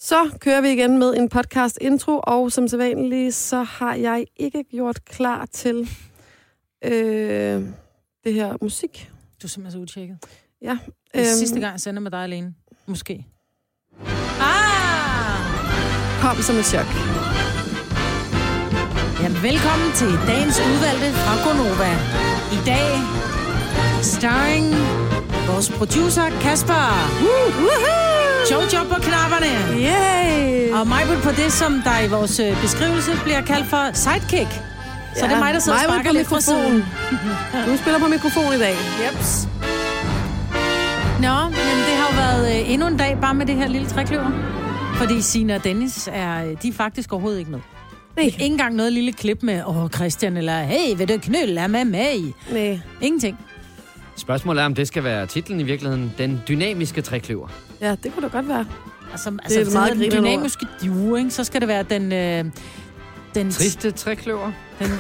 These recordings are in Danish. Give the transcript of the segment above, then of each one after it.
Så kører vi igen med en podcast intro, og som sædvanligt, så har jeg ikke gjort klar til det her musik. Du er simpelthen så udtjekket. Ja. Sidste gang jeg sender med dig alene. Måske. Kom som et chok. Ja, velkommen til dagens udvalgte fra Gonova. I dag, starring vores producer Kasper. Jojo på knapperne. Yay! Og mig på det, som der i vores beskrivelse bliver kaldt for sidekick. Så det er mig, der sidder og sparker lidt fra siden. Du spiller på mikrofon i dag. Jeps. Nå, men det har jo været endnu en dag bare med det her lille trækløver. Fordi Signe og Dennis de er faktisk overhovedet ikke med. Nej. Ikke engang noget lille klip med, Christian, eller hey, vil du knulle med mig? Nej. Ingenting. Spørgsmålet er, om det skal være titlen i virkeligheden. Den dynamiske trækløver. Ja, det kunne da godt være. Altså det er meget den dynamiske duo, ikke? Så skal det være den triste trækløver. Den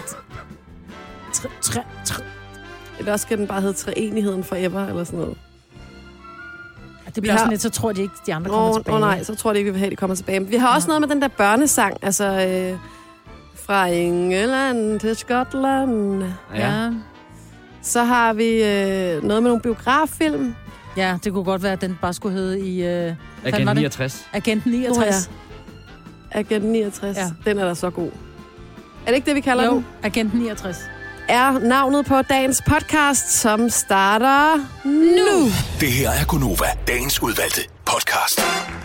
Eller også skal den bare hedde Treenigheden Forever, eller sådan noget. Det bliver også lidt, så tror de ikke, de andre kommer tilbage. Nej, så tror de ikke, vi vil have, de kommer tilbage. Men vi har også noget med den der børnesang, altså fra England til Skotland. Ja. Så har vi noget med nogle biograffilm. Ja, det kunne godt være, at den bare skulle hedde i... Agent 69. Agent 69. Agent 69. Ja. Den er da så god. Er det ikke det, vi kalder den? Agent 69. Er navnet på dagens podcast, som starter nu. Det her er Gonova, dagens udvalgte podcast.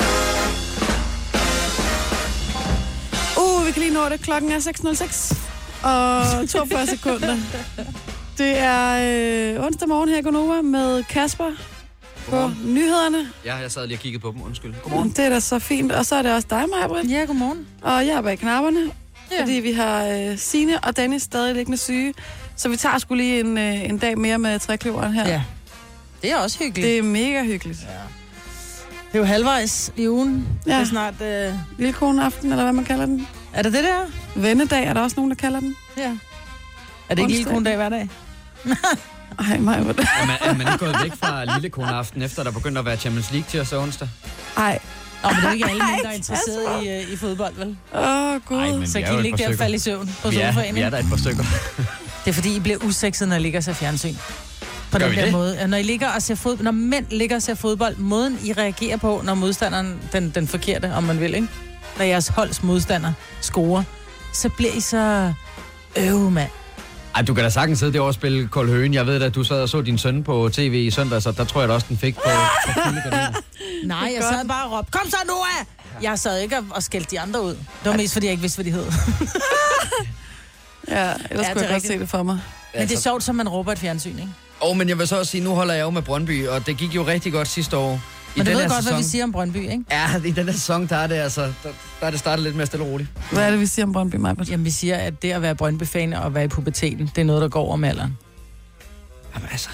Vi kan lige nå det. Klokken er 6.06 og 42 sekunder. Det er onsdag morgen her i Gonova med Kasper på nyhederne. Ja, jeg sad lige og kiggede på dem. Undskyld. Godmorgen. Det er da så fint. Og så er det også dig, Maja-Britt. Ja, godmorgen. Og jeg er bag knapperne, ja. Fordi vi har Signe og Dennis stadig liggende syge. Så vi tager sgu lige en dag mere med trækløveren her. Ja, det er også hyggeligt. Det er mega hyggeligt. Ja. Det er jo halvvejs i ugen. Ja. Det er snart... Lillekoneaften, eller hvad man kalder den. Er det det der? Vennedag er der også nogen, der kalder den. Ja. Er det ikke lillekonedag hver dag? Ej, Maja. Er man ikke gået væk fra lillekoneaften, efter der begyndte at være Champions League til os onsdag? Ej. Men det er ikke alle mænd, der er interesseret i fodbold, vel? Gud. Så kan I ligge der og falde i søvn på sofaen. Vi er der et par stykker. Det er fordi, I bliver usexet, når I ligger og ser fjernsyn. På Gør den vi der det? måde. Når I ligger og ser fodbold, når mænd ligger og ser fodbold, måden I reagerer på, når modstanderen, den forkerte, om man vil, ikke? Når jeres holds modstander scorer, så bliver I så mand. Ej, du kan da sagtens sidde derovre og spille Kold Høen. Jeg ved da, at du sad og så din søn på tv i søndag, så der tror jeg da også, den fik på fulde gardiner. Nej, jeg sad bare og råbte, kom så, Noah! Jeg sad ikke og skældte de andre ud. Det var mest, fordi jeg ikke vidste, hvad de hed. Ja, ellers kunne jeg godt se det for mig. Men det er sjovt, som man råber et fjernsyn, ikke? Men jeg vil så også sige, nu holder jeg jo med Brøndby, og det gik jo rigtig godt sidste år. Men du ved godt, hvad vi siger om Brøndby, ikke? Ja, i den her sæson, der er det altså, der er det startet lidt mere stille og roligt. Hvad er det, vi siger om Brøndby, Majbert? Jamen, vi siger, at det at være Brøndby-fan og være i puberteten, det er noget, der går over med alderen. Jamen altså.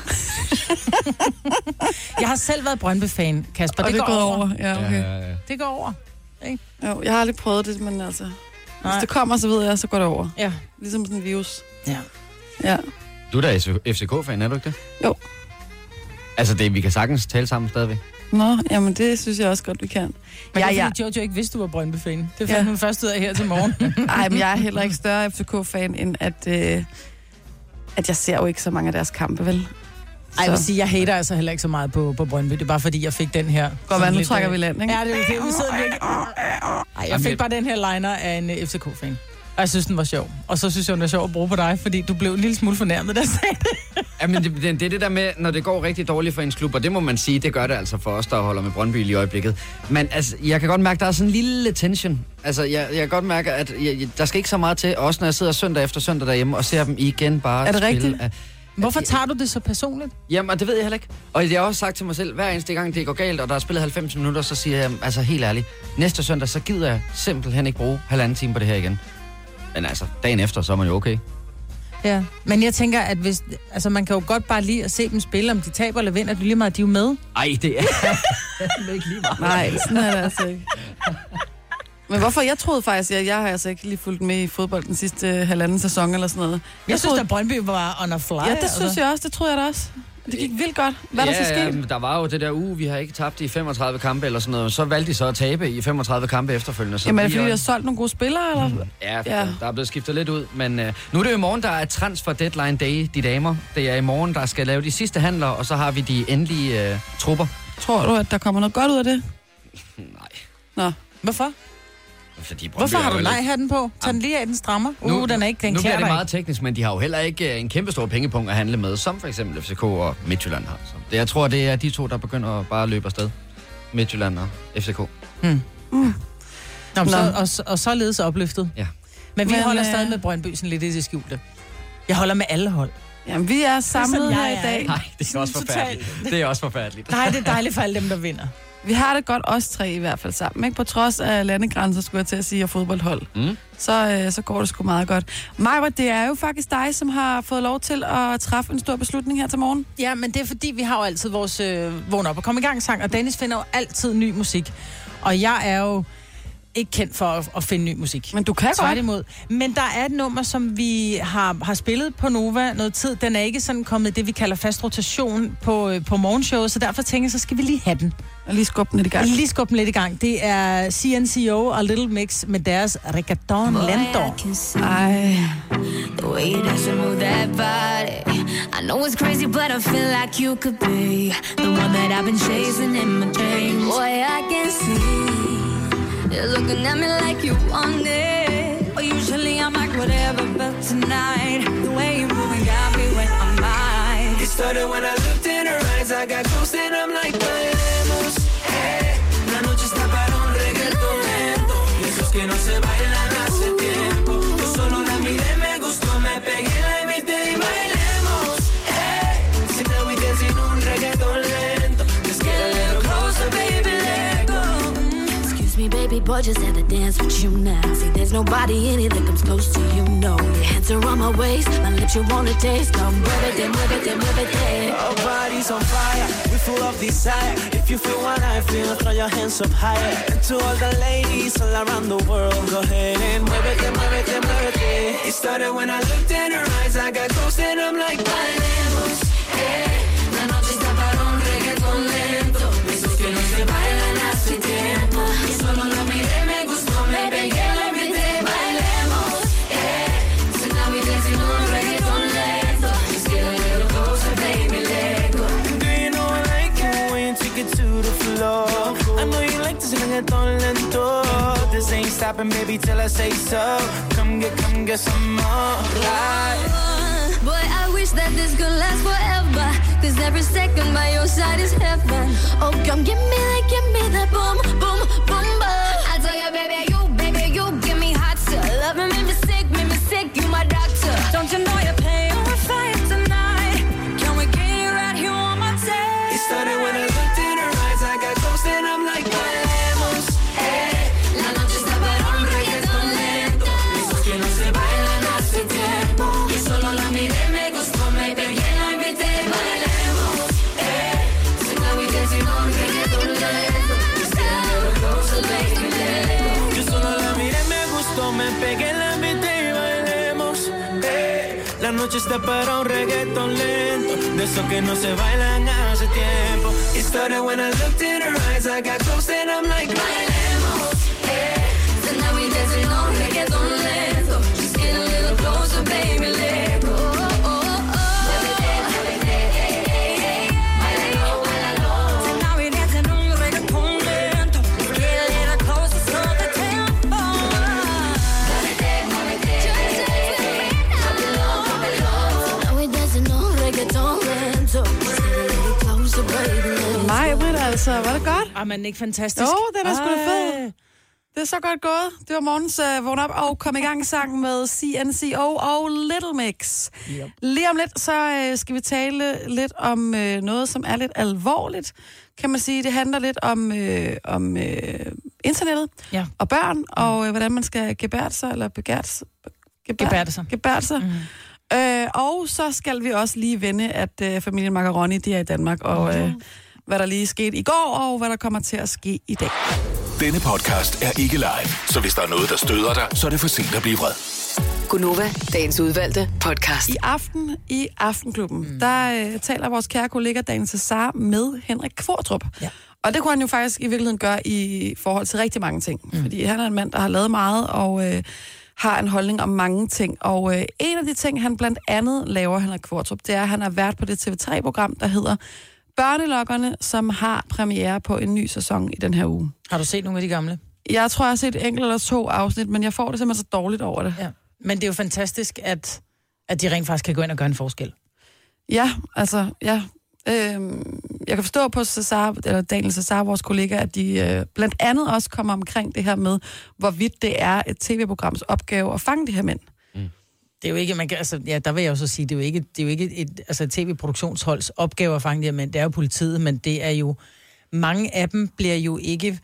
Jeg har selv været Brøndby-fan, Kasper. Og det går over. Ja, okay. Ja. Det går over, ikke? Jo, jeg har aldrig prøvet det, men altså... Nej. Hvis det kommer, så ved jeg, så går det over. Ja. Ligesom sådan en virus. Ja. Du er da FCK-fan, er du ikke det? Jo. Altså, vi kan sagtens tale sammen stadigvæk. Nå, jamen det synes jeg også godt, vi kan. Men det er fordi Jojo ikke vidste, du var Brøndby-fan. Det fandt hun først ud af her til morgen. Ej, men jeg er heller ikke større FCK-fan, end at jeg ser jo ikke så mange af deres kampe, vel? Ej, jeg vil sige, jeg hater altså heller ikke så meget på Brøndby. Det er bare fordi, jeg fik den her... Godt være, nu trækker vi land, ikke? Ja, det er det. Vi sidder virkelig... Ej, jeg fik bare den her liner af en FCK-fan. Og jeg synes, den var sjov. Og så synes jeg, den var sjov at bruge på dig, fordi du blev en lille smule fornærmet, der sagde det. Jamen, det er det der med, når det går rigtig dårligt for ens klub, og det må man sige, det gør det altså for os, der holder med Brøndby i øjeblikket. Men altså, jeg kan godt mærke, der er sådan en lille tension. Altså, jeg kan godt mærke, at der skal ikke så meget til, også når jeg sidder søndag efter søndag derhjemme, og ser dem igen bare er det spille. Rigtigt? Hvorfor tager du det så personligt? Jamen, det ved jeg heller ikke. Og jeg har også sagt til mig selv, hver eneste gang det går galt, og der er spillet 90 minutter, så siger jeg, altså helt ærligt, næste søndag, så gider jeg simpelthen ikke bruge 1,5 time på det her igen. Men altså, dagen efter, så er man jo okay. Ja, men jeg tænker, at hvis... Altså, man kan jo godt bare lide at se dem spille, om de taber eller vinder, det er lige meget, de er jo med. Ej, det er ikke lige meget. Nej, sådan er det altså ikke. Men hvorfor? Jeg troede faktisk, at jeg har altså ikke lige fulgt med i fodbold den sidste halvanden sæson eller sådan noget. Jeg synes, at Brøndby var on a fly. Ja, det synes jeg også. Det troede jeg da også. Det gik vildt godt. Hvad der så skete? Der var jo det der vi har ikke tabt i 35 kampe eller sådan noget. Så valgte de så at tabe i 35 kampe efterfølgende. Så jamen er det fordi, de har solgt nogle gode spillere, eller? Ja, der er blevet skiftet lidt ud. Men nu er det jo i morgen, der er transfer deadline day, de damer. Det er i morgen, der skal lave de sidste handler, og så har vi de endelige trupper. Tror du, at der kommer noget godt ud af det? Nej. Nå. Hvorfor? Fordi hvorfor har du nej-hatten på? Tag den lige af, den strammer. Den er ikke, den nu bliver det ikke. meget teknisk, men de har jo heller ikke en kæmpe stor pengepunkt at handle med, som for eksempel FCK og Midtjylland har. Så jeg tror, det er de to, der begynder at bare løbe afsted. Midtjylland og FCK. Og således opløftet. Ja. Men vi holder stadig med Brøndby sådan lidt i det skjulte. Jeg holder med alle hold. Jamen, vi er samlet her i dag. Nej, det er også forfærdeligt. Det er også forfærdeligt. Nej, det er dejligt for alle dem, der vinder. Vi har det godt, os tre i hvert fald sammen. Ikke? På trods af landegrænser, skulle jeg til at sige, og fodboldhold. Så går det sgu meget godt. Maja, det er jo faktisk dig, som har fået lov til at træffe en stor beslutning her til morgen. Ja, men det er fordi, vi har jo altid vores vågn op og komme i gang sang, og Dennis finder jo altid ny musik. Og jeg er jo ikke kendt for at finde ny musik. Men du kan godt. Imod. Men der er et nummer, som vi har spillet på Nova noget tid. Den er ikke sådan kommet det, vi kalder fast rotation på morgenshowet, så derfor tænker jeg, så skal vi lige have den. Og lige skubbe den lidt i gang. Lige skubbe den lidt i gang. Det er CNCO og Little Mix med deres Reggaeton Lento. Ej. The way that you move that body, I know it's crazy, but I feel like you could be the one that I've been chasing in my dreams. Boy, I can see you're looking at me like you want it. But usually I'm like whatever, but tonight the way you moving got me wet on mine. It started when I looked in her eyes, I got close and I'm like, bailemos, hey. La noche está para un reggaeton lento, y esos que no se bailan hace tiempo. Yo solo la miré, me gustó, me pegué, la invité y bailemos, hey. Si now we dancing un reggaeton lento, let's get a little closer, baby, let go. Excuse me, baby boy, just had to dance with you now. See, there's nobody in it that comes close to you, no. Your hands are on my waist, my lips you wanna taste. Come move it, then move it, then move it, hey. Our bodies on fire, we full of desire. If you feel what I feel, throw your hands up higher. And to all the ladies all around the world, go ahead and move it, then move it, then move it, hey. It started when I looked in her eyes, I got close and I'm like, bailemos, hey. La noche está para un reggaeton lento, esos que no se bailan hace tiempo. Yo solo la miré, me gustó, me pegué, la invité, bailemos, hey. So now we dancing on reggaeton lento, just get a little closer, baby, let go. Do you know I like it when you take it to the floor? I know you like this reggaeton lento. This ain't stopping, baby, till I say so. Come get some more. Boy, I wish that this could last forever, 'cause every second by your side is heaven. Oh, come give me that boom, boom, boom, boom. I tell you, baby, you give me hot stuff. Loving me sick, you my doctor. Don't you know you're paying a fight tonight? Can we get you right here on my tape? It started when I looked in her eyes, I got close and I'm like, bailemos, hey. La noche está para un reggaeton lento, esos que no se bailan hace tiempo. Yo solo la miré, me gustó, me pegué, la invité, bailemos, hey. So now we dancing on reggaeton lento, just get a little closer, baby, let go. Yo solo la miré, me gustó, me pegué, la invité y bailemos, hey. La noche está para un reggaeton lento, de esos que no se bailan hace tiempo. It started when I looked in her eyes, I got close and I'm like, bailemos, hey. So now we dancing on reggaeton lento, just get a little closer, baby, let go. Nej, Britt, altså, var det godt? Er man ikke fantastisk? Jo, den er sgu da fed. Det er så godt gået. Det var morgens vågn op og kom i gang sang med CNCO og Little Mix. Yep. Lige om lidt, så skal vi tale lidt om noget, som er lidt alvorligt, kan man sige. Det handler lidt om internettet og børn, og hvordan man skal gebærde sig, eller gebærde sig. Mm. Og så skal vi også lige vende, at familien Macaroni, de er i Danmark, og hvad der lige skete i går, og hvad der kommer til at ske i dag. Denne podcast er ikke live, så hvis der er noget, der støder dig, så er det for sent at blive vred. Gunova, dagens udvalgte podcast. I aften i Aftenklubben, der taler vores kære kollega Daniel Cesar med Henrik Qvortrup. Ja. Og det kunne han jo faktisk i virkeligheden gøre i forhold til rigtig mange ting. Fordi han er en mand, der har lavet meget og har en holdning om mange ting. Og en af de ting, han blandt andet laver, Henrik Qvortrup, det er, at han har været på det TV3-program, der hedder Børnelokkerne, som har premiere på en ny sæson i den her uge. Har du set nogle af de gamle? Jeg tror, jeg har set enkelt eller 2 afsnit, men jeg får det simpelthen så dårligt over det. Ja. Men det er jo fantastisk, at de rent faktisk kan gå ind og gøre en forskel. Ja, altså, ja. Jeg kan forstå på Daniel Cesar, vores kollega, at de blandt andet også kommer omkring det her med, hvorvidt det er et tv-programs opgave at fange de her mænd. Det er jo ikke, der vil jeg jo så sige, det er jo ikke et tv-produktionsholds opgave at fange de her mænd. Det er jo politiet, men det er jo, mange af dem bliver jo ikke,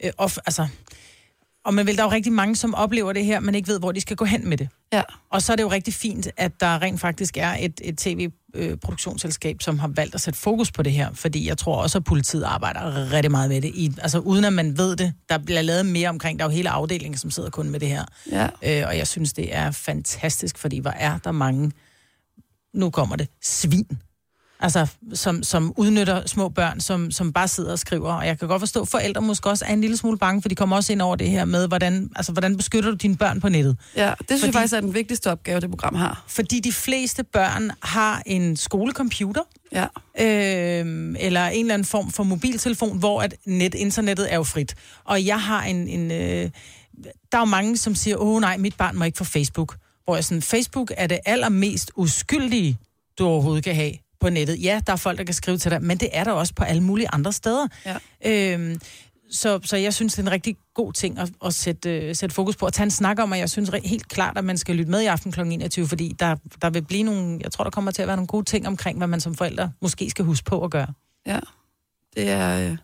og man vil, der er jo rigtig mange, som oplever det her, men ikke ved, hvor de skal gå hen med det. Ja. Og så er det jo rigtig fint, at der rent faktisk er et tv-produktionsselskab, som har valgt at sætte fokus på det her, fordi jeg tror også, at politiet arbejder rigtig meget med det. Altså uden at man ved det, der bliver lavet mere omkring, der er jo hele afdelingen, som sidder kun med det her. Ja. Og jeg synes, det er fantastisk, fordi hvor er der mange, nu kommer det, svin. Altså, som udnytter små børn, som bare sidder og skriver. Og jeg kan godt forstå, at forældre måske også er en lille smule bange, for de kommer også ind over det her med, hvordan beskytter du dine børn på nettet? Ja, det synes jeg faktisk er den vigtigste opgave, det program har. Fordi de fleste børn har en skolecomputer, eller en eller anden form for mobiltelefon, hvor at internettet er jo frit. Og jeg har der er jo mange, som siger, nej, mit barn må ikke få Facebook. Hvor jeg sådan, Facebook er det allermest uskyldige, du overhovedet kan have på nettet. Ja, der er folk, der kan skrive til dig, men det er der også på alle mulige andre steder. Ja. Så jeg synes, det er en rigtig god ting at sætte fokus på. At tage en snak om, og jeg synes helt klart, at man skal lytte med i aften kl. 21, fordi der vil blive nogle, jeg tror, der kommer til at være nogle gode ting omkring, hvad man som forældre måske skal huske på at gøre. Ja, det er...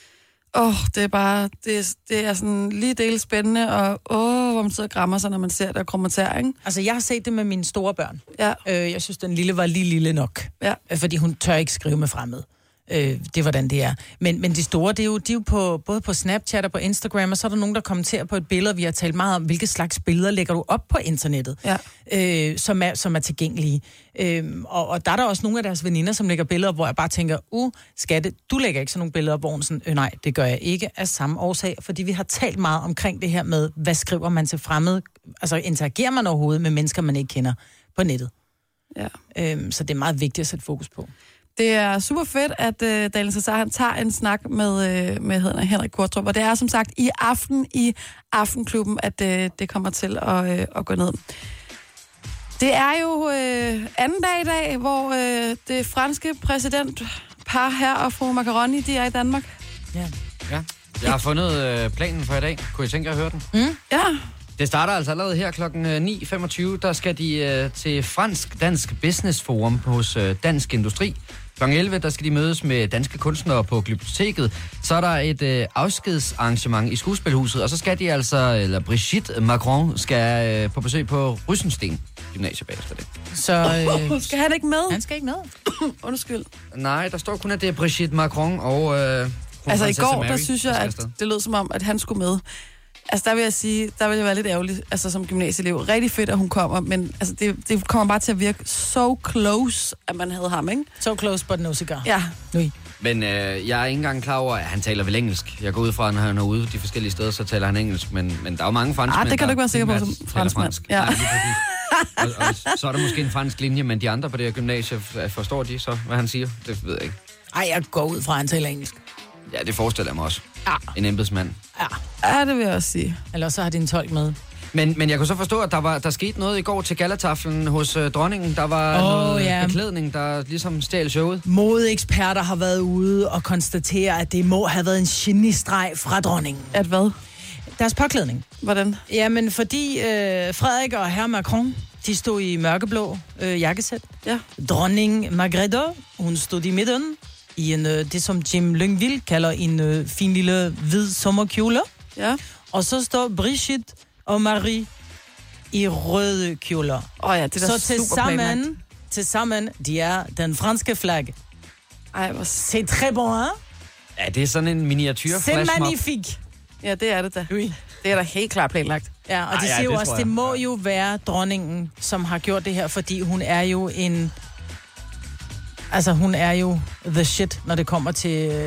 det er bare, det er sådan lige del spændende, og hvor man sidder og grammer sig, når man ser det og kommenterer, ikke? Altså, jeg har set det med mine store børn. Ja. Jeg synes, den lille var lige lille nok. Ja. Fordi hun tør ikke skrive med fremmed. Det er, hvordan det er. Men de store, de er jo på, både på Snapchat og på Instagram, og så er der nogen, der kommenterer på et billede, vi har talt meget om, hvilke slags billeder lægger du op på internettet, som er tilgængelige. Og der er der også nogle af deres veninder, som lægger billeder op, hvor jeg bare tænker, skatte, du lægger ikke sådan nogle billeder op, hvor hun sådan, nej, det gør jeg ikke af samme årsag, fordi vi har talt meget omkring det her med, hvad skriver man til fremmede, altså interagerer man overhovedet med mennesker, man ikke kender på nettet. Ja. Så det er meget vigtigt at sætte fokus på. Det er super fedt, at Daniel Cesar, han tager en snak med Henrik Qvortrup, og det er som sagt i aften i Aftenklubben, at det kommer til at gå ned. Det er jo anden dag i dag, hvor det franske præsidentpar her og fru Macaroni, de er i Danmark. Ja. Jeg har fundet planen for i dag. Kunne I tænke jer at høre den? Ja. Det starter altså allerede her klokken 9.25. Der skal de til Fransk-Dansk Business Forum hos Dansk Industri. Klokken 11, der skal de mødes med danske kunstnere på Glyptoteket. Så er der et afskedsarrangement i Skuespilhuset, og så skal de altså, Brigitte Macron skal på besøg på Rysensten Gymnasium bagefter det. Så skal han ikke med? Han skal ikke med. Undskyld. Nej, der står kun, at det er Brigitte Macron og... altså i går, Mary, der synes jeg, at det lød som om, at han skulle med. Altså, der vil jeg sige, der vil jeg være lidt ærgerlig, altså som gymnasieelev. Rigtig fedt, at hun kommer, men altså, det kommer bare til at virke so close, at man havde ham, ikke? So close, but no cigar. Ja. Oui. Men jeg er ikke engang klar over, at han taler vel engelsk. Jeg går ud fra, når han er ude de forskellige steder, så taler han engelsk, men der er jo mange franskmænd, det kan du ikke være sikker på som franskmand. Ja. Og så er der måske en fransk linje, men de andre på det her gymnasie, forstår de så, hvad han siger? Det ved jeg ikke. Ej, jeg går ud fra, at han taler engelsk. Ja, det forestiller jeg mig også. Ja. En embedsmand. Ja, det vil jeg også sige. Eller så har de en tolk med. Men jeg kunne så forstå, at der skete noget i går til gallataflen hos dronningen. Der var noget beklædning, der ligesom stjal showet. Modeeksperter har været ude og konstatere, at det må have været en genistreg fra dronningen. At hvad? Deres påklædning. Hvordan? Jamen, fordi Frederik og herre Macron, de stod i mørkeblå jakkesæt. Ja. Dronning Margrethe, hun stod i midten i det, som Jim Lyngvild kalder en fin lille hvid sommerkjole. Ja. Og så står Brigitte og Marie i røde kjoler. Ja, det er så til sammen, de er den franske flag. Ej, c'est très bon, hein? Ja, det er sådan en miniatyr flashmob. C'est magnifique. Ja, det er det da. Oui. Det er da helt klart planlagt. Ja, og de siger jo det også, tror det jeg. må jo være dronningen, som har gjort det her, fordi hun er jo en... Altså, hun er jo the shit, når det kommer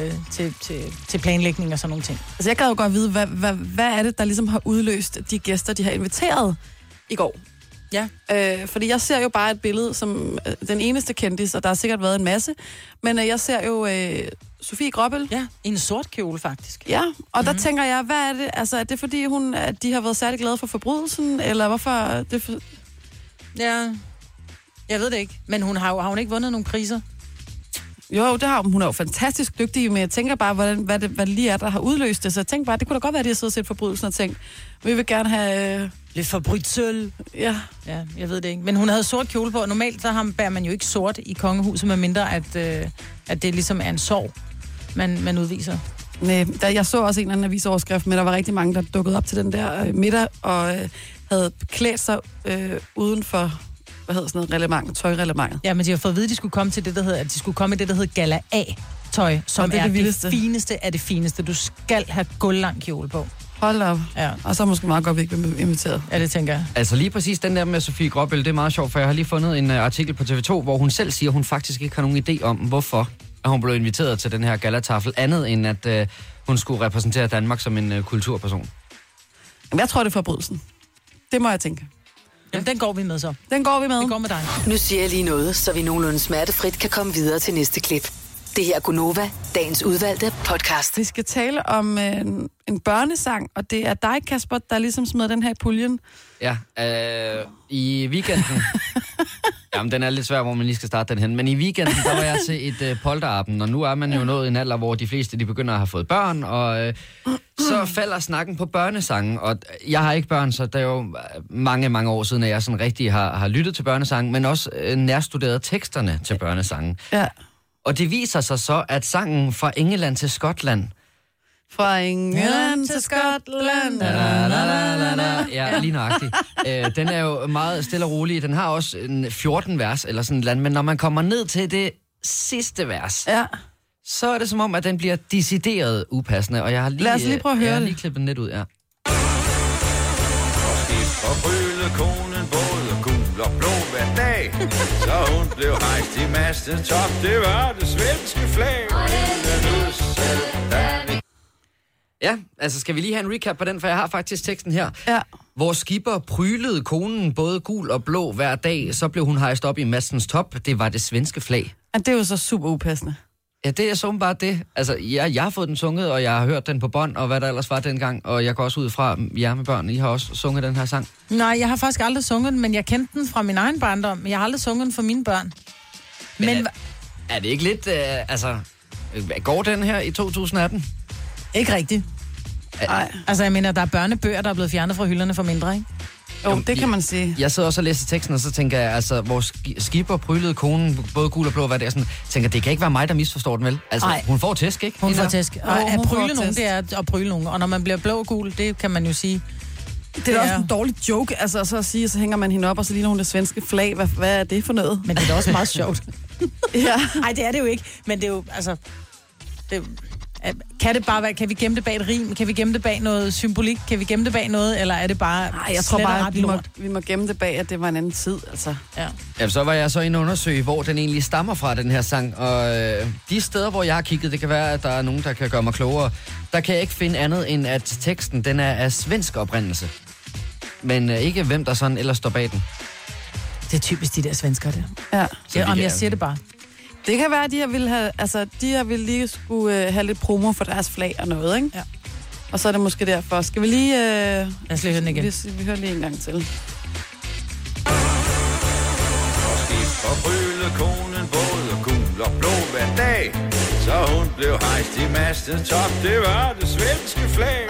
til planlægning og sådan nogle ting. Altså, jeg gad jo godt vide, hvad er det, der ligesom har udløst de gæster, de har inviteret i går? Ja. Fordi jeg ser jo bare et billede som den eneste kendis, og der har sikkert været en masse, men jeg ser jo Sofie Gråbøl. Ja, en sort kjole, faktisk. Ja, og der tænker jeg, hvad er det? Altså, er det fordi, at de har været særlig glade for forbrydelsen, eller hvorfor... Ja, jeg ved det ikke. Men har hun ikke vundet nogen priser? Jo, det har hun. Hun er jo fantastisk dygtig, men jeg tænker bare, hvad det lige er, der har udløst det. Så jeg tænker bare, det kunne da godt være, at de har siddet og set forbrydelsen og tænkt, vi vil gerne have... Lidt forbrydelsel. Ja. Ja, jeg ved det ikke. Men hun havde sort kjole på, og normalt så bærer man jo ikke sort i kongehuset, medmindre at det ligesom er en sorg, man udviser. Nej, jeg så også en eller anden avisoverskrift, men der var rigtig mange, der dukkede op til den der middag, og havde klædt sig uden for... Hvad hedder sådan noget reglement, tøjreglementet. Ja, men de har fået at vide, at de skulle komme til det, der hedder, at de skulle komme i det, der hedder Gala A-tøj, som det er det fineste af det fineste. Du skal have gulvlang kjole på. Hold op. Ja. Og så måske meget godt, vi ikke bliver inviteret. Ja, det tænker jeg. Altså lige præcis den der med Sofie Gråbøl, det er meget sjovt, for jeg har lige fundet en artikel på TV2, hvor hun selv siger, at hun faktisk ikke har nogen idé om, hvorfor at hun blev inviteret til den her galatafel, andet end at hun skulle repræsentere Danmark som en kulturperson. Jamen, jeg tror, det er forbrydelsen. Det må jeg tænke. Jamen, den går vi med så. Den går vi med. Det går med dig. Nu siger jeg lige noget, så vi nogenlunde smertefrit kan komme videre til næste klip. Det her er Gunova, dagens udvalgte podcast. Vi skal tale om en børnesang, og det er dig, Kasper, der ligesom smider den her i puljen. Ja, i weekenden... Jamen, den er lidt svær, hvor man lige skal starte den hen. Men i weekenden, der var jeg til et polterappen, og nu er man jo nået i en alder, hvor de fleste de begynder at have fået børn, og så falder snakken på børnesangen. Og jeg har ikke børn, så det er jo mange, mange år siden, at jeg sådan rigtig har lyttet til børnesangen, men også nærstuderet teksterne til børnesangen. Ja. Og det viser sig så, at sangen Fra England til Skotland... Fra England til Skotland. Ja, lige nøjagtigt. Den er jo meget stille og rolig. Den har også en 14 vers eller sådan et eller andet, men når man kommer ned til det sidste vers, Ja. så er det som om, at den bliver decideret upassende, og jeg har lige... Lad os lige prøve at høre jeg har det. lige klippet den lidt ud, ja. Og brøle konen både gul og blå hver dag. Så hun blev hejst i mastens top. Det var det svenske flag. Ja, altså skal vi lige have en recap på den, for jeg har faktisk teksten her. Ja. Hvor skipper prylede konen både gul og blå hver dag, så blev hun hejst op i mastens top. Det var det svenske flag. Og det er jo så super upassende. Ja, det er så bare det. Altså, jeg har fået den sunget, og jeg har hørt den på bånd, og hvad der ellers var dengang. Og jeg går også ud fra jer med børn. I har også sunget den her sang. Nej, jeg har faktisk aldrig sunget den, men jeg kendte den fra min egen barndom. Men jeg har aldrig sunget den for mine børn. Men er det ikke lidt, går den her i 2018? ikke rigtigt. Nej. Altså, jeg mener, der er børnebøger, der er blevet fjernet fra hylderne for mindre, ikke? Jo, det kan man sige. Jeg sidder også og læser teksten, og så tænker jeg, altså, hvor skipper prylede konen, både gul og blå, hvad det er, sådan, tænker, det kan ikke være mig, der misforstår den, vel? Altså, Ej. hun får tæsk, ikke? Hun får Hende der? tæsk. Og hun at får pryle nogen, tæsk. det er at pryle nogen. Og når man bliver blå og gul, det kan man jo sige. Det er da også en dårlig joke, altså så at sige, så hænger man hende op, og så ligner hun det svenske flag. Hvad er det for noget? Men det er da også meget sjovt. Ja. Nej, det er det jo ikke. Men det er jo, altså... kan det bare være, kan vi gemme det bag et rim? Kan vi gemme det bag noget symbolik? Kan vi gemme det bag noget? Eller er det bare... Nej, jeg tror bare, at vi må gemme det bag, at det var en anden tid, altså. Ja. Ja, så var jeg så inde og undersøge, hvor den egentlig stammer fra, den her sang. Og de steder, hvor jeg har kigget, det kan være, at der er nogen, der kan gøre mig klogere. Der kan jeg ikke finde andet, end at teksten, den er af svensk oprindelse. Men ikke hvem der sådan ellers står bag den. Det er typisk de der svensker, der. Ja. Ja, om jeg siger det bare. Det kan være, at de her ville have, altså, de her ville lige skulle have lidt promo for deres flag og noget, ikke? Ja. Og så er det måske derfor. Skal vi lige... Lad os lige høre den igen. Vi hører lige en gang til. Og brøle konen både gul og blå hver dag. Så hun blev hejst i mastens top. Det var det svenske flag.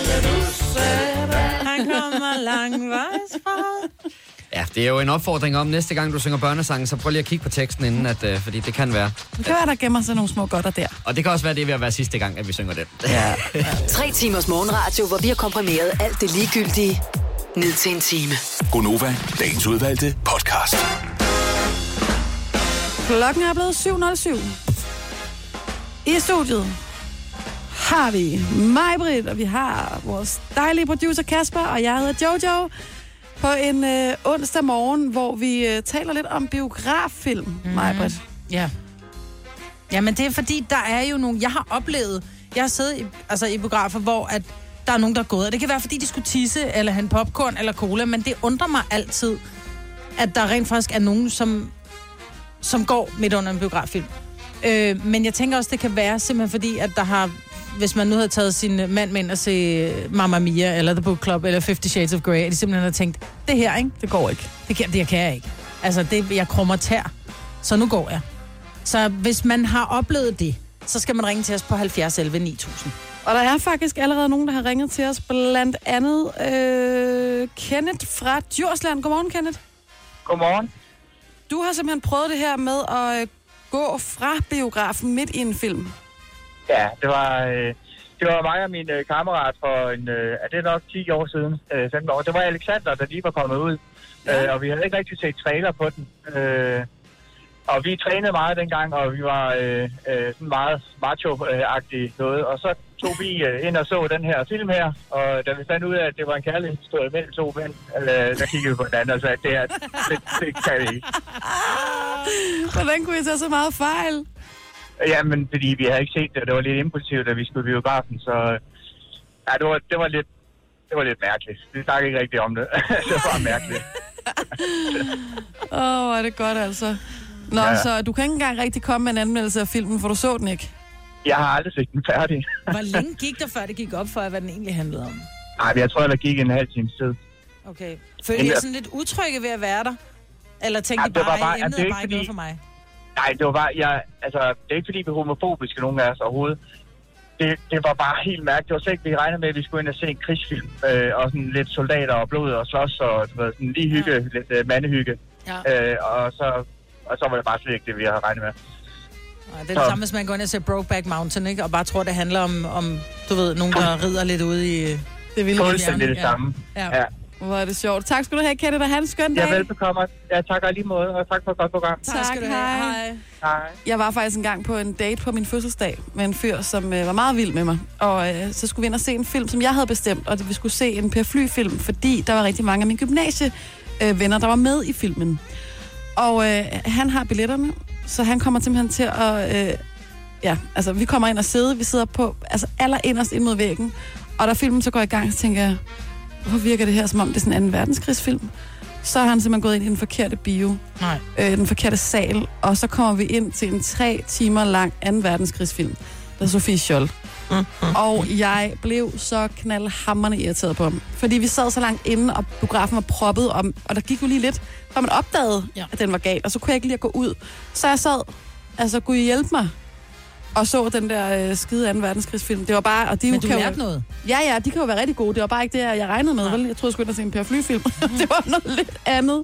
Han kommer langvejs fra. Ja, det er jo en opfordring om, næste gang du synger børnesangen, så prøv lige at kigge på teksten inden, fordi det kan være. Det kan være, der gemmer sig nogle små godter der. Og det kan også være, det er ved at være sidste gang, at vi synger den. Ja. 3 timers morgenradio, hvor vi har komprimeret alt det ligegyldige ned til en time. Gunova, dagens udvalgte podcast. Klokken er blevet 7:07. I studiet har vi Maj-Brit, og vi har vores dejlige producer Kasper, og jeg hedder Jojo. På en onsdag morgen, hvor vi taler lidt om biograffilm, Maj-Brit. Ja. Jamen, det er fordi, der er jo nogle... Jeg har siddet i biografer, hvor at der er nogen, der er gået. Og det kan være, fordi de skulle tisse, eller have en popcorn, eller cola, men det undrer mig altid, at der rent faktisk er nogen, som går midt under en biograffilm. Men jeg tænker også, det kan være simpelthen fordi, at der har... Hvis man nu havde taget sin mand med ind og se Mamma Mia, eller The Book Club, eller 50 Shades of Grey, at de simpelthen har tænkt, det her, ikke? Det går ikke. Det kan jeg ikke. Altså, jeg krummer tær. Så nu går jeg. Så hvis man har oplevet det, så skal man ringe til os på 70 11 9000. Og der er faktisk allerede nogen, der har ringet til os, blandt andet Kenneth fra Djursland. Godmorgen, Kenneth. Godmorgen. Du har simpelthen prøvet det her med at gå fra biografen midt i en film. Ja, det var mig og min kammerat for det er nok 10 år siden, 15 år. Det var Alexander, der lige var kommet ud, og vi havde ikke rigtig set trailer på den. Og vi trænede meget dengang, og vi var sådan meget macho-agtige noget. Og så tog vi ind og så den her film her, og da vi fandt ud af, at det var en kærlighedshistorie mellem to mænd, der kiggede vi på hinanden og sagde, at det kan vi ikke. Hvordan kunne I tage så meget fejl? Ja, men fordi vi havde ikke set det, og det var lidt impulsivt, da vi skulle i biografen, så ja, det var lidt mærkeligt. Vi snakkede ikke rigtig om det. Det var bare mærkeligt. Hvor er det godt, altså. Nå, ja. Så du kan ikke engang rigtig komme med en anmeldelse af filmen, for du så den ikke? Jeg har aldrig set den færdig. Hvor længe gik der, før det gik op for jer, hvad den egentlig handlede om? Nej, jeg tror, der gik en halv times tid. Okay. Følte jeg sådan lidt utrygge ved at være der? Eller tænkte I bare, emnet er bare ikke noget for mig? Nej, det var bare, det er ikke fordi vi er homofobiske, nogen af os overhovedet. Det var bare helt mærkeligt. Det var slet ikke, vi regnede med, at vi skulle ind og se en krigsfilm, og sådan lidt soldater og blod og slås, og sådan lige hygge, lidt mandehygge. Ja. Og så var det bare slet ikke det, vi havde regnet med. Nej, det er det samme, hvis man går ind og ser Brokeback Mountain, ikke? Og bare tror, det handler om du ved, nogen, der rider lidt ude i det vilde. Fuldstændig det samme. Ja. Hvor er det sjovt. Tak skal du have, Kenneth, og have en skøn dag. Ja, velbekomme. Ja, tak og lige måde, og tak for et godt program. Tak skal du have. Hej. Jeg var faktisk engang på en date på min fødselsdag med en fyr, som var meget vild med mig. Og så skulle vi ind og se en film, som jeg havde bestemt, og vi skulle se en Per Fly-film, fordi der var rigtig mange af mine gymnasievenner, der var med i filmen. Og han har billetterne, så han kommer simpelthen til at... vi kommer ind og sidder. Vi sidder på allerinderst ind mod væggen. Og da filmen så går i gang, så tænker jeg, hvorfor virker det her, som om det er sådan en 2. verdenskrigsfilm? Så har han simpelthen gået ind i den forkerte bio. Nej. Den forkerte sal. Og så kommer vi ind til en 3 timer lang 2. verdenskrigsfilm. Der er Sofie Scholl. Og jeg blev så knaldhamrende irriteret på ham. Fordi vi sad så langt inde, og biografen var proppet, og der gik jo lige lidt, før man opdagede, at den var galt. Og så kunne jeg ikke lige at gå ud. Så jeg sad, kunne I hjælpe mig? Og så den der skide 2. verdenskrigsfilm. Det var bare... Og de men du lærte noget? Ja, de kan jo være rigtig gode. Det var bare ikke det, jeg regnede med. Vel? Jeg troede, jeg skulle ind og se en Per Fly-film. Det var noget lidt andet.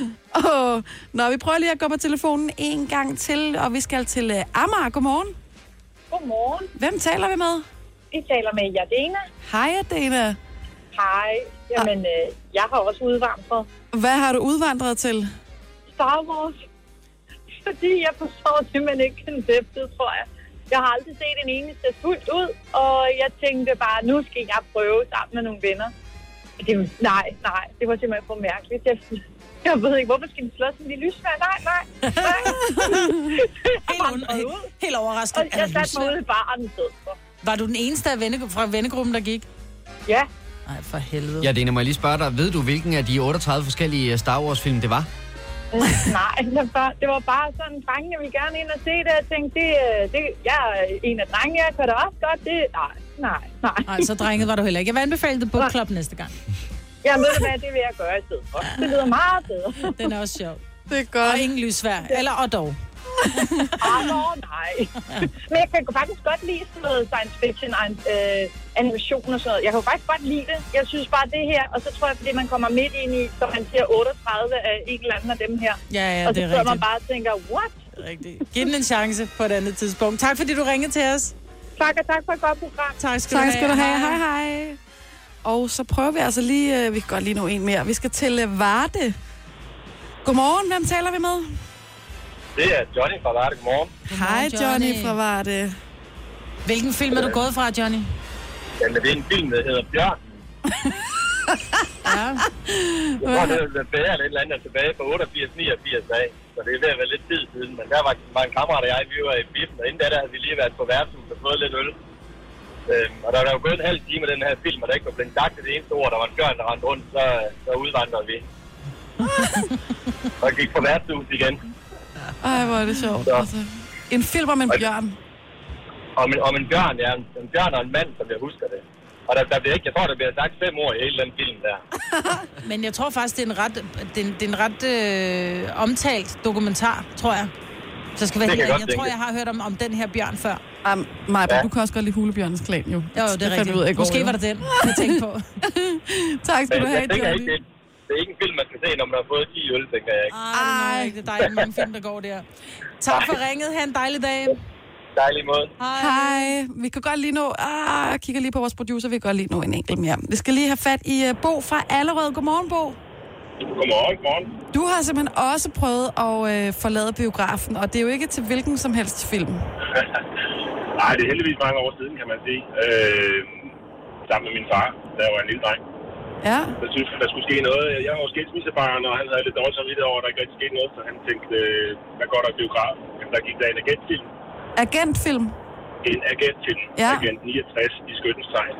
Vi prøver lige at gå på telefonen en gang til, og vi skal til Amager. Godmorgen. Godmorgen. Hvem taler vi med? Vi taler med Jadena. Hej, Jadena. Hej. Jamen, jeg har også udvandret. Hvad har du udvandret til? Star Wars. Fordi jeg forstår simpelthen ikke konceptet, tror jeg. Jeg har aldrig set en eneste fuldt ud, og jeg tænkte bare, nu skal jeg prøve sammen med nogle venner. Nej, det var simpelthen for mærkeligt. Jeg ved ikke, hvorfor skal de slås med de lysvær? Nej. Helt overrasket. Og jeg satte mig ude i baren i stedet for. Var du den eneste fra vennegruppen, der gik? Ja. Nej, for helvede. Ja, Dena, må jeg lige spørge dig. Ved du, hvilken af de 38 forskellige Star Wars-film det var? Nej, det var bare sådan, drengene ville gerne ind og se det. Jeg tænkte, jeg er en af drengene, jeg kan da også godt det. Nej. Nej, så drenget var du heller ikke. Jeg vil anbefale The Book Club næste gang. Ja, ved du hvad, det vil jeg gøre i stedet for. Det lyder meget bedre. Den er også sjov. Det er godt. Og ingen lysvær. Og dog. Nej. Men jeg kan faktisk godt lide sådan noget science fiction, animation og sådan noget. Jeg kan faktisk godt lide det. Jeg synes bare det her, og så tror jeg, fordi man kommer midt ind i, så man siger 38 af en eller anden af dem her. Ja, og så det er rigtigt. man bare tænker, what? Det er rigtigt. Giv den en chance på et andet tidspunkt. Tak fordi du ringede til os. Tak, og tak for et godt program. Tak skal du have. Hej. Og så prøver vi altså lige, vi kan godt lige nå en mere. Vi skal til Varde. Godmorgen, hvem taler vi med? Det er Johnny fra Varde. Godmorgen. Hej Johnny fra Varde. Hvilken film er du gået fra, Johnny? Jamen, det er en film, der hedder Bjørn. Ja. Jeg tror, det er bedre eller et eller andet tilbage på 88-89 af. Så det er ved at være lidt tid siden. Men der var en kammerat og jeg, vi var i biffen, og inden da havde vi lige været på værtshus og fået lidt øl. Og der var gået en halv time af den her film, og der ikke var blevet sagt det eneste ord, der var en bjørn, der rendte rundt, så udvandrede vi. Og gik på værtshus igen. Ej, hvor er det sjovt. Altså, en film om en bjørn. Om en bjørn, ja. En bjørn og en mand, som jeg husker det. Og der bliver ikke, jeg tror, der bliver sagt 5 ord i hele den film der. Men jeg tror faktisk, det er en ret omtalt dokumentar, tror jeg. Så skal være helt jeg tror, jeg har hørt om den her bjørn før. Maja, du kan også godt lide Hulebjørnens Klan, jo. Jo, det er rigtigt. Måske var det den, jeg tænkte på. Tak skal du have, Johnny. Det er ikke en film, man skal se, når man har fået 10 øl, tænker jeg ikke. Ej, det er dejligt mange film, der går der. Tak for ringet. Ha' en dejlig dag. Dejlig måde. Hej. Vi kan godt lige nå... jeg kigger lige på vores producer. Vi kan godt lige nå en enkelt mere. Vi skal lige have fat i Bo fra Allerød. Godmorgen, Bo. Godmorgen. Du har simpelthen også prøvet at forlade biografen, og det er jo ikke til hvilken som helst film. Nej, det er heldigvis mange år siden, kan man sige. Sammen med min far, da jeg var en lille dreng. Ja. Så synes der skulle ske noget. Jeg var skilsmissebarn, og han havde lidt dårligt samvittighed over, at der ikke rigtig skete noget, så han tænkte, hvad går der i biograf? Der gik der en agentfilm. Agentfilm? En agentfilm. Ja. Agent 69 i Skyttens Tegn.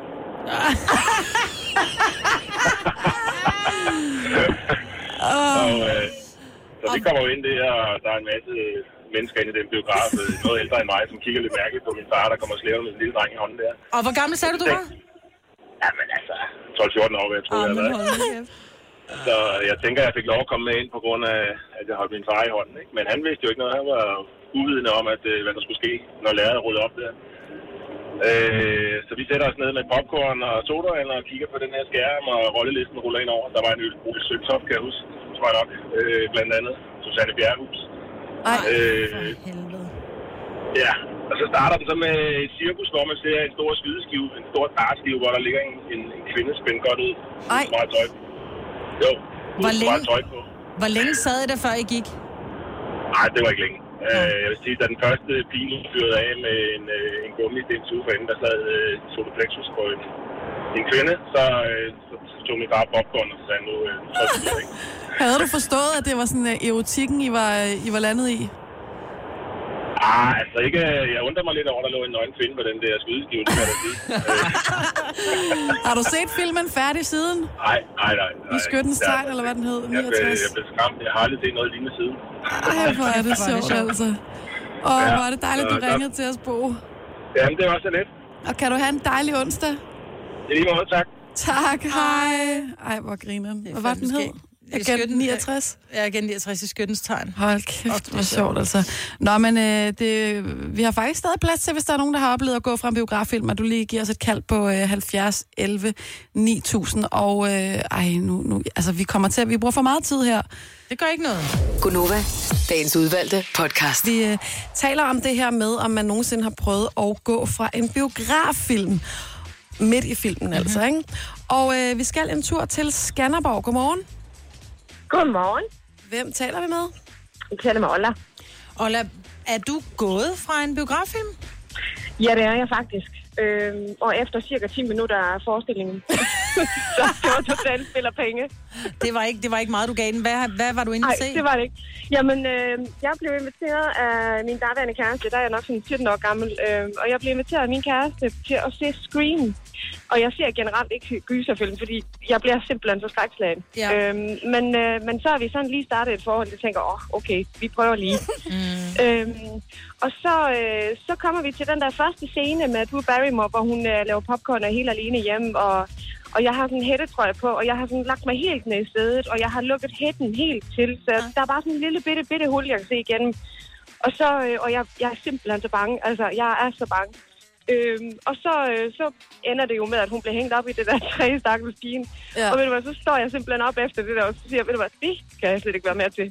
Så vi kommer jo ind der, og der er en masse mennesker inde i den biograf, noget ældre end mig, som kigger lidt mærkeligt på min far, der kommer slævende med en lille dreng i hånden der. Og hvor gammel sagde du var? Jamen altså, 12-14 år, jeg tror, jeg har været. Så jeg tænker, at jeg fik lov at komme med ind på grund af, at jeg holdt min far i hånden. Ikke? Men han vidste jo ikke noget. Han var uvidende om, at, hvad der skulle ske, når lærere rullede op der. Så vi sætter os ned med popcorn og sodaen og kigger på den her skærm, og rollelisten ruller ind over. Der var en Ole Søgtop, kan jeg huske, tror jeg nok, blandt andet. Susanne Bjerghus. Ej, for helvede. Ja, og så starter den så med et cirkus, hvor man ser en stor skydeskive, en stor dartskive, hvor der ligger en kvinde spændt godt ud. Ej. Meget tøj. Jo, meget tøj på. Hvor længe sad I der, før I gik? Nej, det var ikke længe. Jeg vil sige, da den første pile fyrede af med en gummidims ude for enden, der sad Sodoplexus på en kvinde, så tog min far popcorn og så sagde nu, så ikke. Havde du forstået, at det var sådan erotikken, I var landet i? Altså ikke. Jeg undrer mig lidt over, at der lå en nøgen kvinde på den der skydeskive, det kan jeg da sige. Har du set filmen færdig siden? Nej. I Skyttens Tegn, eller hvad den hed? 69? Jeg blev skræmt. Jeg har aldrig set noget lignende siden. Ej, hvor er det sjovt, altså. Hvor er det dejligt, du ringede til os, Bo. Jamen, det var så lidt. Og kan du have en dejlig onsdag? I lige måde, tak. Tak, hej. Ej, hvor griner. Hvad var den hed? Agent 69? Ja, Agent 69 i Skyttens Tegn. Hold kæft, hvor sjovt altså. Nå, men vi har faktisk stadig plads til, hvis der er nogen, der har oplevet at gå fra en biograffilm, at du lige giver os et kald på 70 11 9000. Og nu, altså vi bruger for meget tid her. Det gør ikke noget. Gunova, dagens udvalgte podcast. Vi taler om det her med, om man nogensinde har prøvet at gå fra en biograffilm. Midt i filmen altså, ikke? Og vi skal en tur til Skanderborg. Godmorgen. Godmorgen. Hvem taler vi med? Jeg taler med Ola. Ola, er du gået fra en biograffilm? Ja, det er jeg faktisk. Og efter cirka 10 minutter af forestillingen, så det var totalt spil af penge. Det var ikke meget, du gav den. Hvad var du inde at se? Nej, det var det ikke. Jamen, jeg blev inviteret af min daværende kæreste, der er jeg nok sådan 17 år gammel, og jeg blev inviteret af min kæreste til at se Scream. Og jeg ser generelt ikke gyserfilm, fordi jeg bliver simpelthen så skrækslagen. Ja. Men så har vi sådan lige startet et forhold, jeg tænker, okay, vi prøver lige. Og så kommer vi til den der første scene med Drew Barrymore, hvor hun laver popcorn og er helt alene hjemme, og jeg har sådan en hættetrøje på, og jeg har sådan lagt mig helt ned i stedet, og jeg har lukket hætten helt til, så der er bare sådan en lille bitte hul, jeg kan se igennem. Og jeg er simpelthen så bange, altså jeg er så bange. Og så ender det jo med, at hun bliver hængt op i det der træ, stakkels pigen. Ja. Og ved du hvad, så står jeg simpelthen op efter det der, og så siger jeg, ved du hvad, det kan jeg slet ikke være med til.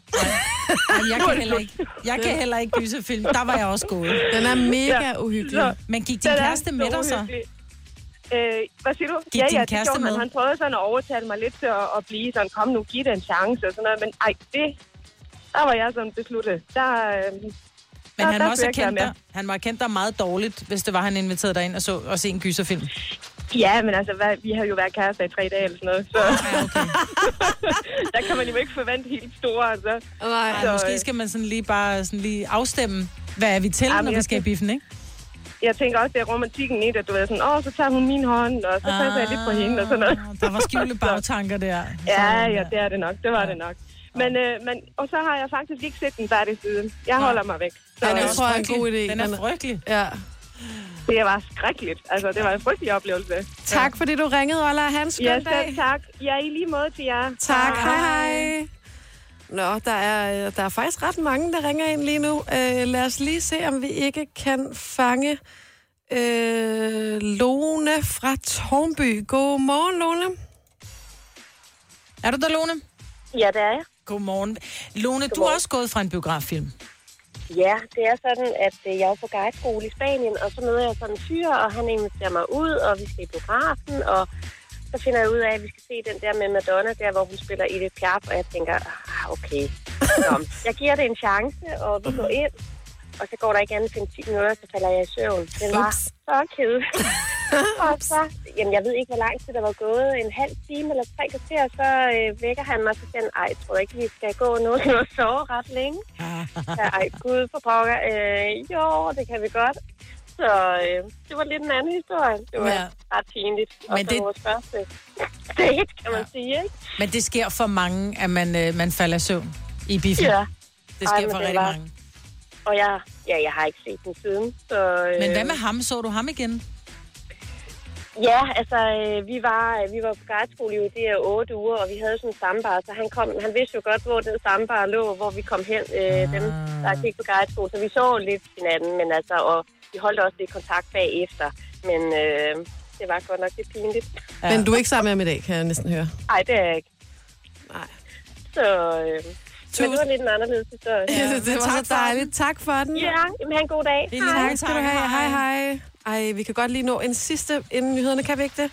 Jeg kan heller ikke gyserfilm. Der var jeg også gået. Den er mega uhyggelig. Men gik din kæreste med dig så? Hvad siger du? Gik din kæreste med? Han prøvede sådan at overtale mig lidt til at blive sådan, kom nu, giv det en chance og sådan noget. Men der var jeg sådan besluttet. Men han der må også skulle jeg have kendt ikke dig. Han må have kendt dig meget dårligt, hvis det var, han inviterede dig ind og se en gyserfilm. Ja, men altså, vi har jo været kærester i 3 dage eller sådan noget, så okay. Der kan man jo ikke forvente helt store, altså. Nej, så, måske skal man sådan lige afstemme, hvad er vi til, når vi skal i biffen, ikke? Jeg tænker også, det er romantikken i det, du ved sådan, så tager hun min hånd, og så passer jeg lidt på hende og sådan noget. Der var skjulte bagtanker der. Ja, det er det nok. Det var det nok. Men, og så har jeg faktisk ikke set den færdig siden. Jeg holder mig væk. Så det tror jeg er en god idé. Den er frygtelig. Ja. Det var skrækkeligt. Altså, det var en frygtelig oplevelse. Tak, fordi du ringede, Ola. Ha' en skøn dag. Ja, tak. Ja, i lige måde til jer. Tak. Hej. Nå, der er faktisk ret mange, der ringer ind lige nu. Lad os lige se, om vi ikke kan fange Lone fra Tårnby. Godmorgen, Lone. Er du der, Lone? Ja, det er jeg. Godmorgen. Lone, du er også gået fra en biograffilm. Ja, det er sådan, at jeg er på guideskole i Spanien, og så møder jeg sådan en fyr, og han inviterer mig ud, og vi skal i biografen, og så finder jeg ud af, at vi skal se den der med Madonna, der hvor hun spiller Edith Piaf, og jeg tænker, okay. Så, jeg giver det en chance, og vi går ind, og så går der ikke andet end 10 minutter, så falder jeg i søvn. Det var så kedeligt. Og så, jamen jeg ved ikke, hvor lang tid der var gået, en halv time eller 3 kvarter, så vækker han mig, så siger han, jeg tror ikke, vi skal gå nu og sove ret længe. Så, gud for pokker, jo, det kan vi godt. Så det var lidt en anden historie. Det var ret pinligt. Og så vores første date, kan man sige, ikke? Men det sker for mange, at man falder i søvn i biffen. Ja. Det sker for rigtig mange. Og jeg har ikke set den siden. Så, men hvad med ham? Så du ham igen? Ja, altså, vi var på guideskole i det 8 uger, og vi havde sådan en sambar, så han vidste jo godt, hvor den sambar lå, hvor vi kom hen, dem, der gik på guideskole, så vi så lidt hinanden, men altså, og vi holdt også lidt kontakt bagefter, men det var godt nok lidt pinligt. Ja. Men du er ikke sammen med ham i dag, kan jeg næsten høre. Nej, det er jeg ikke. Nej. Så, men det var lidt en anderledes historie. Ja, det var så dejligt. Tak for den. Ja, jamen, have en god dag. Tak skal du have. Hej. Ej, vi kan godt lige nå en sidste inden nyhederne, kan vi ikke det?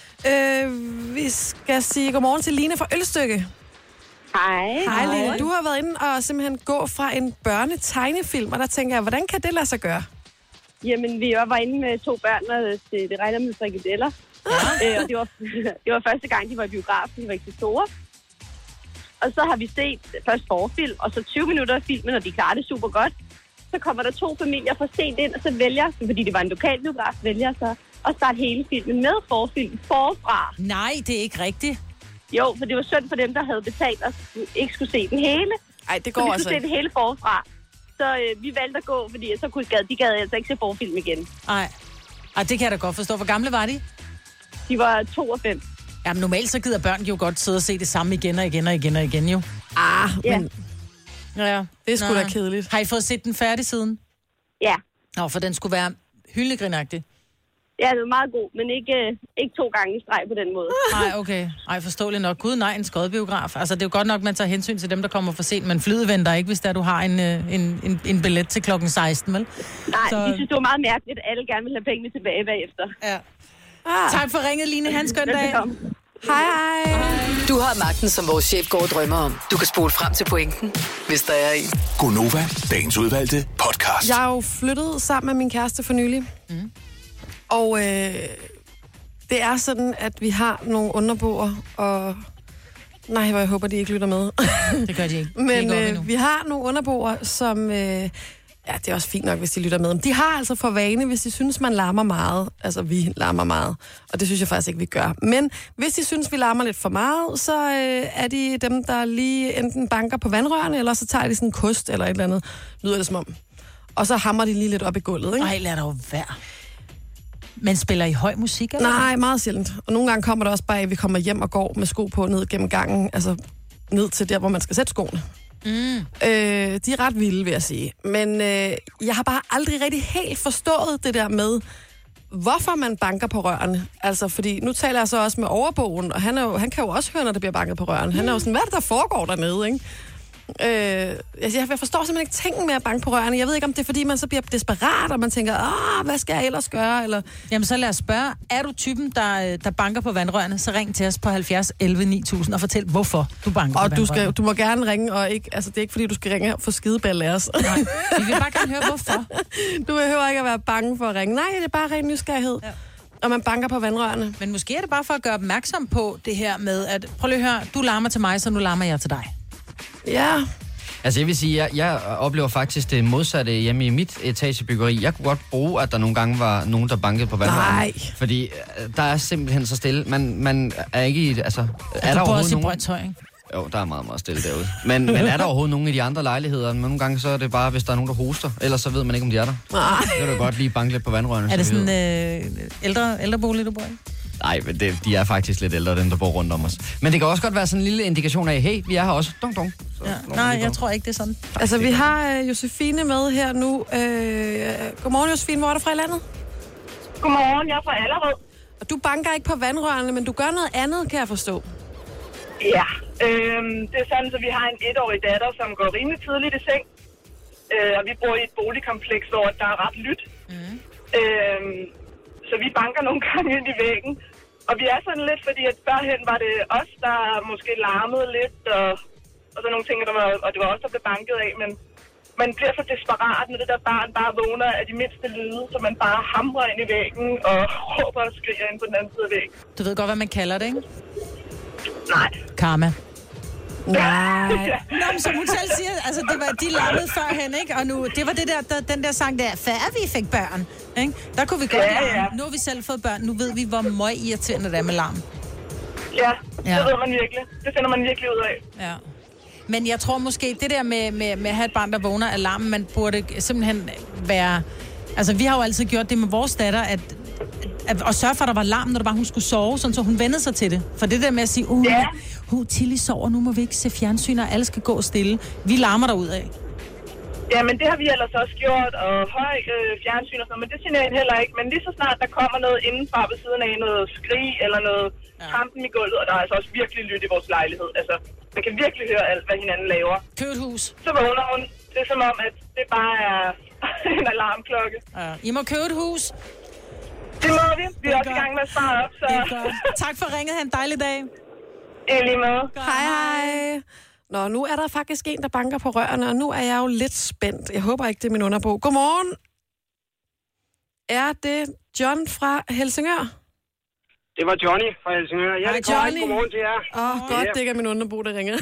Vi skal sige godmorgen til Line fra Ølstykke. Hej. Hej, Line. Du har været inde og simpelthen gå fra en børnetegnefilm, og der tænker jeg, hvordan kan det lade sig gøre? Jamen, vi var inde med 2 børn, og det regner med frikadeller. Ja. Og det var første gang, de var i biografen, de var ikke så store. Og så har vi set først forfilm, og så 20 minutter af filmen, og de klarer det super godt. Så kommer der 2 familier for sent ind, og så vælger, fordi det var en lokal biograf, vælger så at starte hele filmen med forfilm forfra. Nej, det er ikke rigtigt. Jo, for det var synd for dem, der havde betalt og ikke skulle se den hele. Nej, det går så altså ikke. Så vi skulle se det hele forfra. Så vi valgte at gå, fordi så de gad altså ikke se forfilm igen. Nej, det kan jeg da godt forstå. Hvor gamle var de? De var 2 og 5. Jamen normalt så gider børn jo godt sidde og se det samme igen og igen og igen og igen jo. Men... Ja. Det er sgu da kedeligt. Har I fået set den færdig siden? Ja. Nå, for den skulle være hyldegrinagtig. Ja, det var meget god, men ikke 2 gange i streg på den måde. Nej, okay. Ej, forståeligt nok. Gud, nej, en skodbiograf. Altså, det er jo godt nok, man tager hensyn til dem, der kommer for sent, men flyet venter ikke, hvis der du har en billet til klokken 16, vel? Nej, så... vi synes, det var meget mærkeligt, at alle gerne vil have pengene tilbage bagefter. Ja. Tak for ringet, Line. Hans skøn dag. Hej. Du har magten, som vores chef går og drømmer om. Du kan spole frem til pointen, hvis der er en. Gonova, dagens udvalgte podcast. Jeg er jo flyttet sammen med min kæreste for nylig. Mm. Og det er sådan, at vi har nogle underboer, og... Nej, hvor jeg håber, de ikke lytter med. Det gør de ikke. Men vi har nogle underboer, som... Ja, det er også fint nok, hvis de lytter med. De har altså for vane, hvis de synes, man larmer meget. Altså, vi larmer meget. Og det synes jeg faktisk ikke, vi gør. Men hvis de synes, vi larmer lidt for meget, så er de dem, der lige enten banker på vandrørene, eller så tager de sådan en kost eller et eller andet. Lyder det som om. Og så hammer de lige lidt op i gulvet, ikke? Ej, lad dog være. Men spiller I høj musik, eller? Nej, meget sjældent. Og nogle gange kommer det også bare, at vi kommer hjem og går med sko på ned gennem gangen. Altså, ned til der, hvor man skal sætte skoene. De er ret vilde, vil jeg sige. Men jeg har bare aldrig rigtig helt forstået det der med, hvorfor man banker på rørene. Altså, fordi nu taler jeg så også med overboen, og han kan jo også høre, når der bliver banket på rørene. Han er jo sådan, hvad er det, der foregår dernede, ikke? Jeg forstår simpelthen ikke tænken med at banke på rørene. Jeg ved ikke, om det er, fordi man så bliver desperat, og man tænker, hvad skal jeg ellers gøre? Eller... Jamen, så lad os spørge. Er du typen, der banker på vandrørene, så ring til os på 70 11 9000 og fortæl, hvorfor du banker på vandrørene. Og du må gerne ringe, og ikke, altså, det er ikke, fordi du skal ringe og få skideballe af os. Nej, vi vil bare gerne høre, hvorfor. Du behøver ikke at være bange for at ringe. Nej, det er bare ren nysgerrighed. Ja. Og man banker på vandrørene. Men måske er det bare for at gøre opmærksom på det her med, at prøv lige at høre, du larmer til mig, så nu larmer jeg til dig. Ja. Altså jeg vil sige, jeg oplever faktisk det modsatte hjemme i mit etagebyggeri. Jeg kunne godt bruge, at der nogle gange var nogen, der bankede på vandrørene. Nej. Fordi der er simpelthen så stille. Man er ikke i... Altså, er der overhovedet nogen... Brøndshøj, ikke? Jo, der er meget, meget stille derude. Men er der overhovedet nogen i de andre lejligheder? Men nogle gange så er det bare, hvis der er nogen, der hoster. Ellers så ved man ikke, om de er der. Så kan du godt lige banke lidt på vandrørene. Er det sådan ældrebolig, du bor i? Nej, men de er faktisk lidt ældre, dem der bor rundt om os. Men det kan også godt være sådan en lille indikation af, hey, vi er her også. Dong, dong. Ja. Nej, jeg tror ikke, det er sådan. Altså, vi har Josefine med her nu. Godmorgen, Josefine. Hvor er du fra i landet? Godmorgen, jeg er fra Allerød. Og du banker ikke på vandrørene, men du gør noget andet, kan jeg forstå. Ja, det er sådan, at vi har en 1-årig datter, som går rimelig tidligt i seng. Og vi bor i et boligkompleks, hvor der er ret lyt. Så vi banker nogle gange ind i væggen. Og vi er sådan lidt, fordi at førhen var det os, der måske larmede lidt, og så nogle ting, og det var os, der blev banket af. Men man bliver så desperat, når det der barn bare vågner af de mindste lyde, så man bare hamrer ind i væggen og råber og skriger ind på den anden side af væggen. Du ved godt, hvad man kalder det, ikke? Nej. Karma. Nej. Nå, men som hun selv siger, altså det var, de larmede førhen, ikke? Og nu, det var det der, den der sang der, før vi fik børn, ikke? Der kunne vi godt larme. Nu har vi selv fået børn, nu ved vi, hvor meget irriterende det er med larm. Ja, det ved man virkelig. Det finder man virkelig ud af. Ja. Men jeg tror måske, det der med at have et barn, der vågner af larmen, man burde simpelthen være... Altså, vi har jo altid gjort det med vores datter, at sørge for, at der var larm, når det var, hun skulle sove, sådan, så hun vendede sig til det. For det der med at sige, Tilly sover, nu må vi ikke se fjernsyn, og alle skal gå stille. Vi larmer derudad. Ja, men det har vi ellers også gjort, og høj fjernsyn og sådan, men det signerer heller ikke. Men lige så snart der kommer noget indenfra ved siden af, noget skrig eller noget trampen i gulvet, og der er altså også virkelig lyt i vores lejlighed. Altså, man kan virkelig høre alt, hvad hinanden laver. Køb et hus. Så vågner hun. Det er som om, at det bare er en alarmklokke. Ja. I må købe et hus. Det må vi. Vi er også i gang med at spare op, så... Tak for ringet. Ha' en dejlig dag. I lige måde. Hej. Nå, nu er der faktisk en, der banker på rørene, og nu er jeg jo lidt spændt. Jeg håber ikke, det er min underbo. Godmorgen. Er det John fra Helsingør? Det var Johnny fra Helsingør. Ja, det er Johnny. Godmorgen til jer. Godt, det ikke er min underbo, der ringer.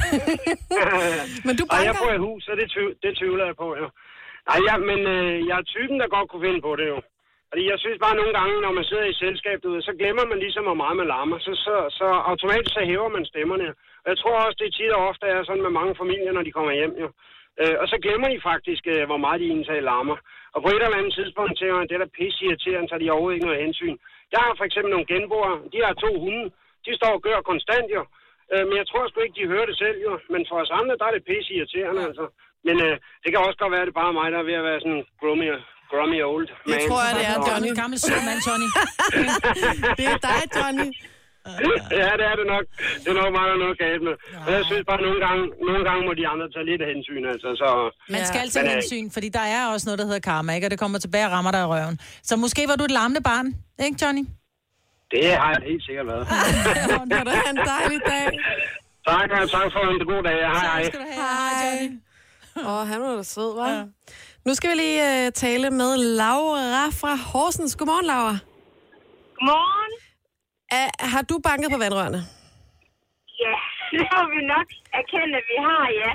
Men du banker... jeg bor i hus, så det tvivler jeg på, jo. Nej, men jeg er typen, der godt kunne finde på det, jo. Fordi jeg synes bare nogle gange, når man sidder i selskabet, så glemmer man ligesom, hvor meget man larmer. Så automatisk så hæver man stemmerne. Og jeg tror også, det er tit og ofte er sådan med mange familier, når de kommer hjem, jo. Og så glemmer de faktisk, hvor meget de egentlig larmer. Og på et eller andet tidspunkt tænker man, det er da pisseirriterende, så de overhovedet ikke noget hensyn. Jeg har for eksempel nogle genboere, de har 2 hunde. De står og gør konstant, jo. Men jeg tror sgu ikke, de hører det selv, jo. Men for os andre, der er det pisseirriterende, altså. Men det kan også godt være, det bare mig, der er ved at være sådan grummy old man. Jeg tror, det er Johnny. Gammel sød mand, Johnny. Det er dig, Johnny. Ja, det er det nok. Det er nok meget, der er noget galt med. Men jeg synes bare, nogle gange må de andre tage lidt hensyn, altså. Så, man skal altid have hensyn, fordi der er også noget, der hedder karma, ikke? Og det kommer tilbage og rammer dig i røven. Så måske var du et larmende barn, ikke, Johnny? Det har jeg helt sikkert været. Kan du have en dejlig dag? Tak for en god dag. Hej. Tak skal du have. Hej, Johnny. Han var da sød, hva'? Ja. Nu skal vi lige tale med Laura fra Horsens. Godmorgen, Laura. Godmorgen. Har du banket på vandrørene? Ja, det har vi nok erkendt, at vi har, ja.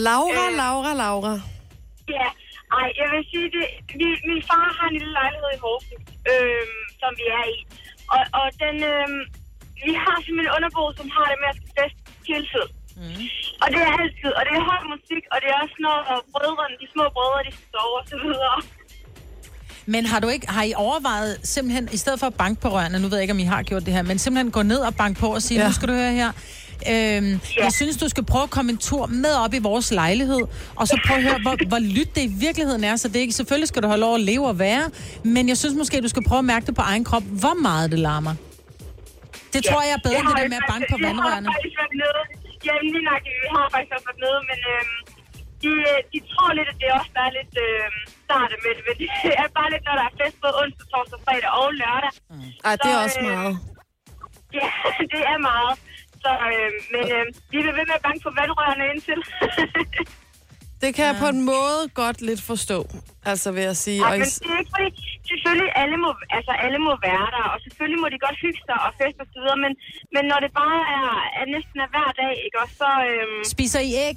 Laura. Ja, jeg vil sige det. Min far har en lille lejlighed i Horsens, som vi er i. Og den, vi har simpelthen underbo, som har det med at skal feste hele tiden. Og det er altid, og det er høj musik, og det er også når brødrene, de små brødre, de skal sove og så videre. Men har I overvejet simpelthen, i stedet for at banke på rørene, nu ved jeg ikke, om I har gjort det her, men simpelthen gå ned og banke på og sige, nu skal du høre her, jeg synes, du skal prøve at komme en tur med op i vores lejlighed, og så prøve at høre, hvor lyt det i virkeligheden er, så det ikke, selvfølgelig skal du have lov at leve og være, men jeg synes måske, du skal prøve at mærke det på egen krop, hvor meget det larmer. Det tror jeg er bedre, det der med at banke på vandrørene. Ja, lige nok, vi har faktisk også været nede, men de tror lidt, at det også er lidt startet med det, men det er bare lidt, når der er fest både onsdag, torsdag, fredag og lørdag. Ej, det er også meget. Ja, det er meget. Så, men vi vil ved med at banke på vandrørene indtil. Det kan jeg på en måde godt lidt forstå, altså vil jeg sige. Ja, men det er ikke fordi, selvfølgelig alle må være der, og selvfølgelig må de godt hygge sig og feste og så videre, men når det bare er næsten hver dag, ikke også, så... Spiser I æg?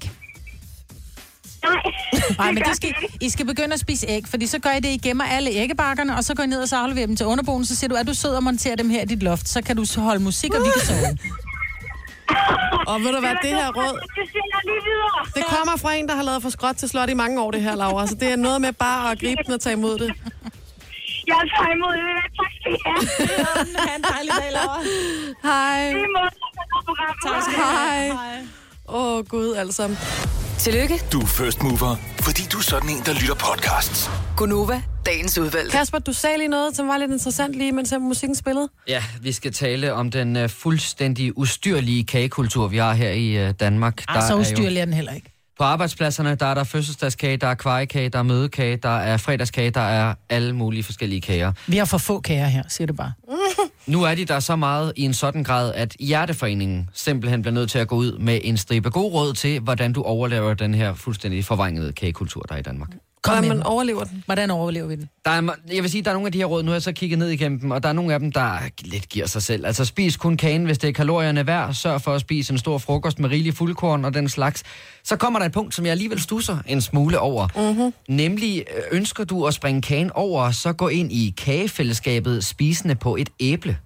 Nej, men I skal begynde at spise æg, fordi så gør I det, I gemmer alle æggebakkerne, og så går I ned og så afleverer dem til underboen, så siger du, at du sød og monterer dem her i dit loft, så kan du holde musik, og vi kan sove. Og ved du hvad, det her råd, det kommer fra en, der har lavet for skråt til slot i mange år, det her, Laura. Så det er noget med bare at gribe den og tage imod det. Jeg tager imod det. Tak skal I have. Ha' en dejlig dag, Laura. Hej. Hej. Gud, altså. Tillykke. Du er first mover, fordi du er sådan en, der lytter podcasts. Gunova, dagens udvalgte. Kasper, du sagde lige noget, som var lidt interessant lige, mens musikken spillede. Ja, vi skal tale om den fuldstændig ustyrlige kagekultur, vi har her i Danmark. Så ustyrlig er den heller ikke. På arbejdspladserne, der er der fødselsdagskage, der er kvejekage, der er mødekage, der er fredagskage, der er alle mulige forskellige kager. Vi har for få kager her, siger det bare. Nu er de der så meget i en sådan grad, at Hjerteforeningen simpelthen bliver nødt til at gå ud med en stribe god råd til, hvordan du overlever den her fuldstændig forvrængede kagekultur, der er i Danmark. Hvordan man overlever den? Hvordan overlever vi den? Jeg vil sige, der er nogle af de her råd, nu har jeg så kigget ned igennem dem, og der er nogle af dem, der lidt giver sig selv. Altså spis kun kagen, hvis det er kalorierne værd. Sørg for at spise en stor frokost med rigelig fuldkorn og den slags. Så kommer der et punkt, som jeg alligevel stusser en smule over. Mm-hmm. Nemlig, ønsker du at springe kagen over, så gå ind i kagefællesskabet spisende på et æble.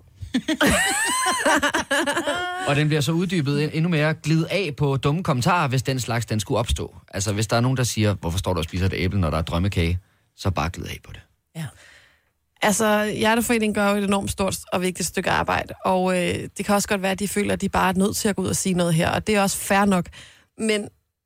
Og den bliver så uddybet endnu mere, glid af på dumme kommentarer, hvis den slags den skulle opstå. Altså hvis der er nogen, der siger, hvorfor står du og spiser et æble, når der er drømmekage, så bare glid af på det. Ja. Altså, Hjerteforeningen gør jo et enormt stort og vigtigt stykke arbejde, og det kan også godt være, at de føler, at de bare er nødt til at gå ud og sige noget her, og det er også fair nok. Men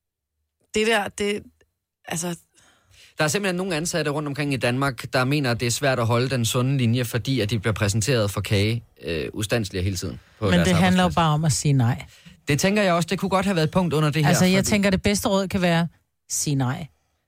altså... Der er simpelthen nogle ansatte rundt omkring i Danmark, der mener, at det er svært at holde den sunde linje, fordi at de bliver præsenteret for kage ustandsligt hele tiden. Men det handler jo bare om at sige nej. Det tænker jeg også, det kunne godt have været et punkt under det her. Altså, jeg tænker, det bedste råd kan være, sige nej.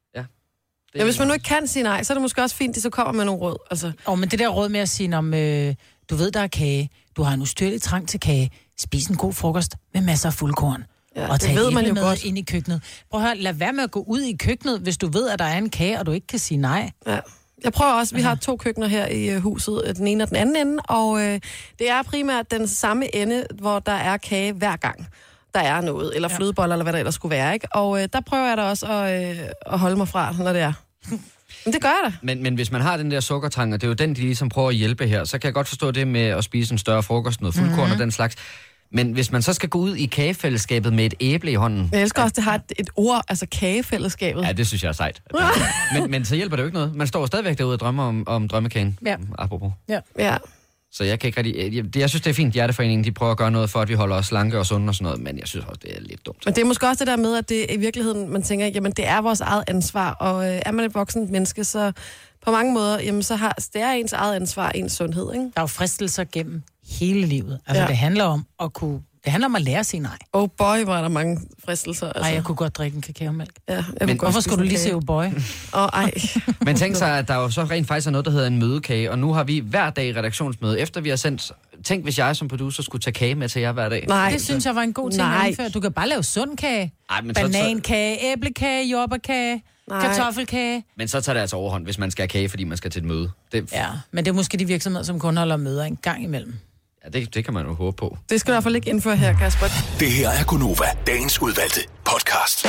Ja, hvis man nu ikke kan sige nej, så er det måske også fint, at de så kommer med nogle råd. Altså. Men det der råd med at sige, om du ved, der er kage, du har en ustyrlig trang til kage, spis en god frokost med masser af fuldkorn. Ja, og tage ved man jo godt ind i køkkenet. Prøv at høre, lad være med at gå ud i køkkenet, hvis du ved, at der er en kage, og du ikke kan sige nej. Ja. Jeg prøver også, vi har 2 køkkener her i huset, den ene og den anden ende, og det er primært den samme ende, hvor der er kage hver gang der er noget, eller flødeboller, eller hvad der ellers skulle være, ikke? Og der prøver jeg da også at holde mig fra, når det er. Men det gør jeg da. Men hvis man har den der sukkertrang, og det er jo den, de ligesom prøver at hjælpe her, så kan jeg godt forstå det med at spise en større frokost, noget fuldkorn og den slags. Men hvis man så skal gå ud i kagefællesskabet med et æble i hånden... Jeg elsker også, det har et ord, altså kagefællesskabet. Ja, det synes jeg er sejt. Men så hjælper det jo ikke noget. Man står stadigvæk derude og drømmer om drømmekagen. Ja. Apropos. Ja. Så jeg kan ikke rigtig... Jeg synes, det er fint, Hjerteforeningen, de prøver at gøre noget for, at vi holder os slanke og sunde og sådan noget, men jeg synes også, det er lidt dumt. Men det er måske også det der med, at det i virkeligheden, man tænker, jamen det er vores eget ansvar, og er man et voksent menneske, så på mange måder, jamen så det er ens eget ansvar, ens sundhed, ikke? Der er jo fristelser gennem hele livet. Altså det handler om at lære at sige nej. Oh boy, var der mange fristelser. Altså. Ej, jeg kunne godt drikke en kakaomælk. Ja, men hvorfor skulle du lige se boy? Ej. Men tænk sig, at der jo så rent faktisk er noget, der hedder en mødekage, og nu har vi hver dag i redaktionsmøde, efter vi har sendt... Tænk, hvis jeg som producer skulle tage kage med til jer hver dag. Nej, det synes jeg var en god ting at indføre. Du kan bare lave sund kage. Banankage, æblekage, jordbærkage, kartoffelkage. Men så tager det altså overhånd, hvis man skal have kage, fordi man skal til et møde. Ja, men det er måske de virksomheder, som kun holder møder en gang imellem. Ja, det kan man jo håbe på. Det skal du i hvert fald ikke indføre her, Kasper. Det her er Gunova, dagens udvalgte podcast.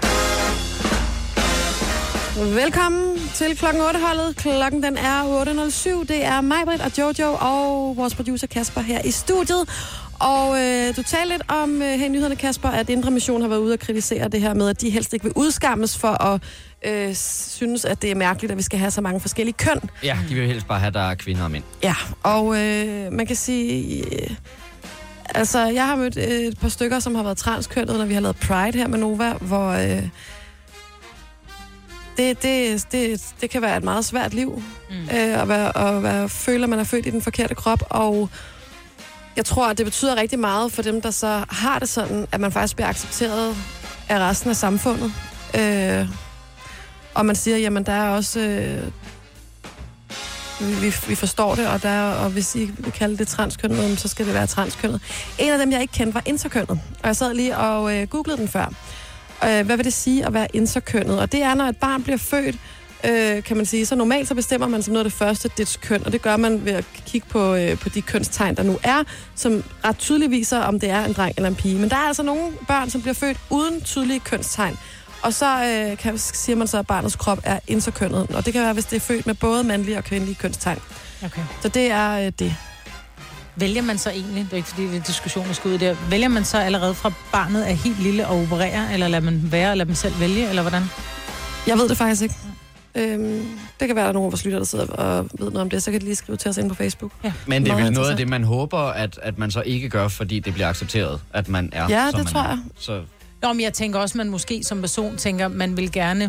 Velkommen til klokken 8-holdet. Klokken den er 8.07. Det er mig, Britt og Jojo og vores producer Kasper her i studiet. Og du talte lidt om her i nyhederne, Kasper, at Indre Mission har været ude og kritisere det her med, at de helst ikke vil udskammes for at synes, at det er mærkeligt, at vi skal have så mange forskellige køn. Ja, de vil helst bare have, der er kvinder og mænd. Ja, og man kan sige... altså, jeg har mødt et par stykker, som har været transkønnet, når vi har lavet Pride her med Nova, hvor... Det kan være et meget svært liv, at føle, at man er født i den forkerte krop, og jeg tror, at det betyder rigtig meget for dem, der så har det sådan, at man faktisk bliver accepteret af resten af samfundet. Og man siger, jamen der er også... Vi forstår det, og hvis I vil kalde det transkønnet, så skal det være transkønnet. En af dem, jeg ikke kendte, var interkønnet. Og jeg sad lige og googlede den før. Hvad vil det sige at være interkønnet? Og det er, når et barn bliver født, kan man sige, så normalt så bestemmer man som noget af det første dets køn, og det gør man ved at kigge på de kønstegn, der nu er, som ret tydeligt viser, om det er en dreng eller en pige. Men der er altså nogle børn, som bliver født uden tydelige kønstegn. Og så siger man så, at barnets krop er interkønnet. Og det kan være, hvis det er født med både mandlige og kvindelige kønstegn. Okay. Så det er det. Vælger man så egentlig, det er ikke fordi det er diskussionen skal ud der, vælger man så allerede fra barnet er helt lille og operere, eller lader man være og lader dem selv vælge, eller hvordan? Jeg ved det faktisk ikke. Det kan være, at der er nogen af vores lytter, der sidder og ved noget om det, så kan de lige skrive til os ind på Facebook. Ja. Men det er vel noget af det, man håber, at man så ikke gør, fordi det bliver accepteret, at man er, ja, som det man tror er. jeg. Så... Nå, men jeg tænker også, man måske som person tænker, man vil gerne,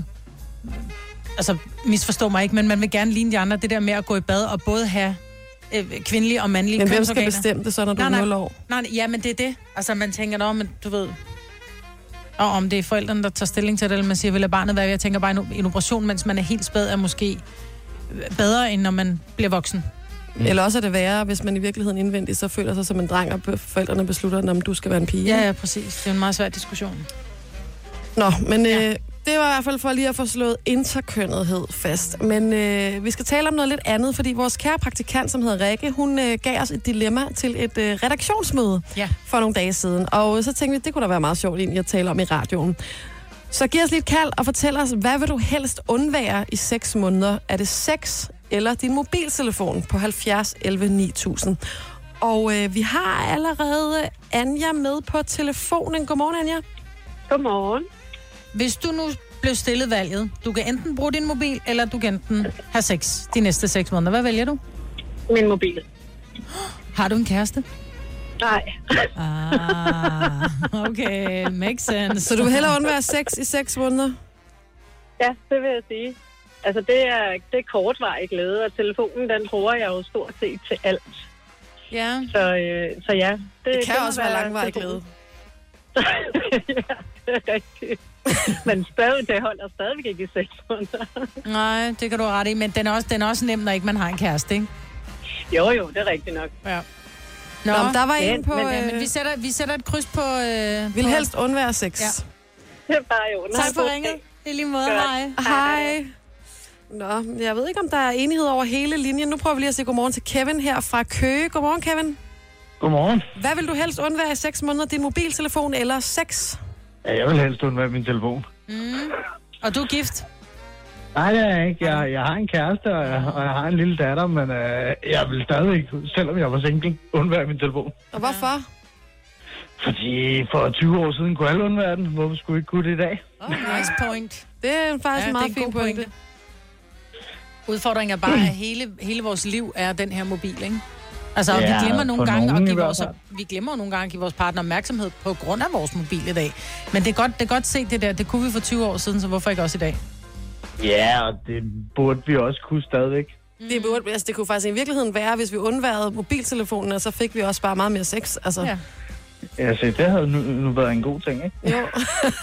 altså misforstå mig ikke, men man vil gerne ligne de andre, det der med at gå i bad og både have kvindelige og mandlige kønsorganer. Men hvem kønsorganer. skal bestemme det så, når du er 0 år? Nej, ja, men det er det. Altså, man tænker, men du ved... Og om det er forældrene, der tager stilling til det, eller man siger, vil lade barnet være? Jeg tænker bare, en operation, mens man er helt spæd, er måske bedre, end når man bliver voksen. Eller også er det værre, hvis man i virkeligheden indvendigt så føler sig som en dreng, og forældrene beslutter, om du skal være en pige. Ja, præcis. Det er en meget svær diskussion. Nå, men det var i hvert fald for lige at få slået interkønnethed fast. Men vi skal tale om noget lidt andet, fordi vores kære praktikant, som hedder Rikke, hun gav os et dilemma til et redaktionsmøde for nogle dage siden. Og så tænkte vi, det kunne da være meget sjovt egentlig at tale om i radioen. Så giv os lige et kald og fortæl os, hvad vil du helst undvære i 6 måneder? Er det sex eller din mobiltelefon på 70 11 9000? Og vi har allerede Anja med på telefonen. Godmorgen, Anja. Godmorgen. Hvis du nu blev stillet valget, du kan enten bruge din mobil, eller du kan enten have sex de næste 6 måneder. Hvad vælger du? Min mobil. Har du en kæreste? Nej. Okay, makes sense. Så du vil hellere undvære sex i 6 måneder? Ja, det vil jeg sige. Altså, det er kortvarig glæde, og telefonen, den bruger jeg jo stort set til alt. Ja. Så ja. Det kan også være langvarig glæde. Ja, det er rigtigt. Men det holder stadigvæk ikke i 6 måneder. Nej, det kan du ret i, men den er også nem, når ikke man har en kæreste, ikke? Jo, det er rigtigt nok. Ja. Nå, der var en på... Men vi sætter et kryds på... Vil helst undvære sex. Ja. Det er bare jo. Tak for ringet. I lige måde, hej. Hej. Nå, jeg ved ikke, om der er enighed over hele linjen. Nu prøver vi lige at sige godmorgen til Kevin her fra Køge. Godmorgen, Kevin. Godmorgen. Hvad vil du helst undvære i 6 måneder? Din mobiltelefon eller sex? Ja, jeg vil helst undvære min telefon. Og du er gift? Nej, det er jeg ikke. Jeg har en kæreste, og jeg har en lille datter, men jeg vil stadig, selvom jeg var single, undvære min telefon. Og hvorfor? Fordi for 20 år siden kunne alle undvære den. Hvorfor skulle vi ikke kunne det i dag? Nice point. Det er faktisk en meget fin pointe. Udfordringen er bare, at hele vores liv er den her mobil, ikke? Altså, vi glemmer nogle gange at give vores partner opmærksomhed på grund af vores mobil i dag. Men det er godt set det der. Det kunne vi for 20 år siden, så hvorfor ikke også i dag? Ja, og det burde vi også kunne stadigvæk. Det kunne faktisk i virkeligheden være, hvis vi undværede mobiltelefonen, og så fik vi også bare meget mere sex. Altså. Ja. Ja, så det havde nu været en god ting, ikke? Jo.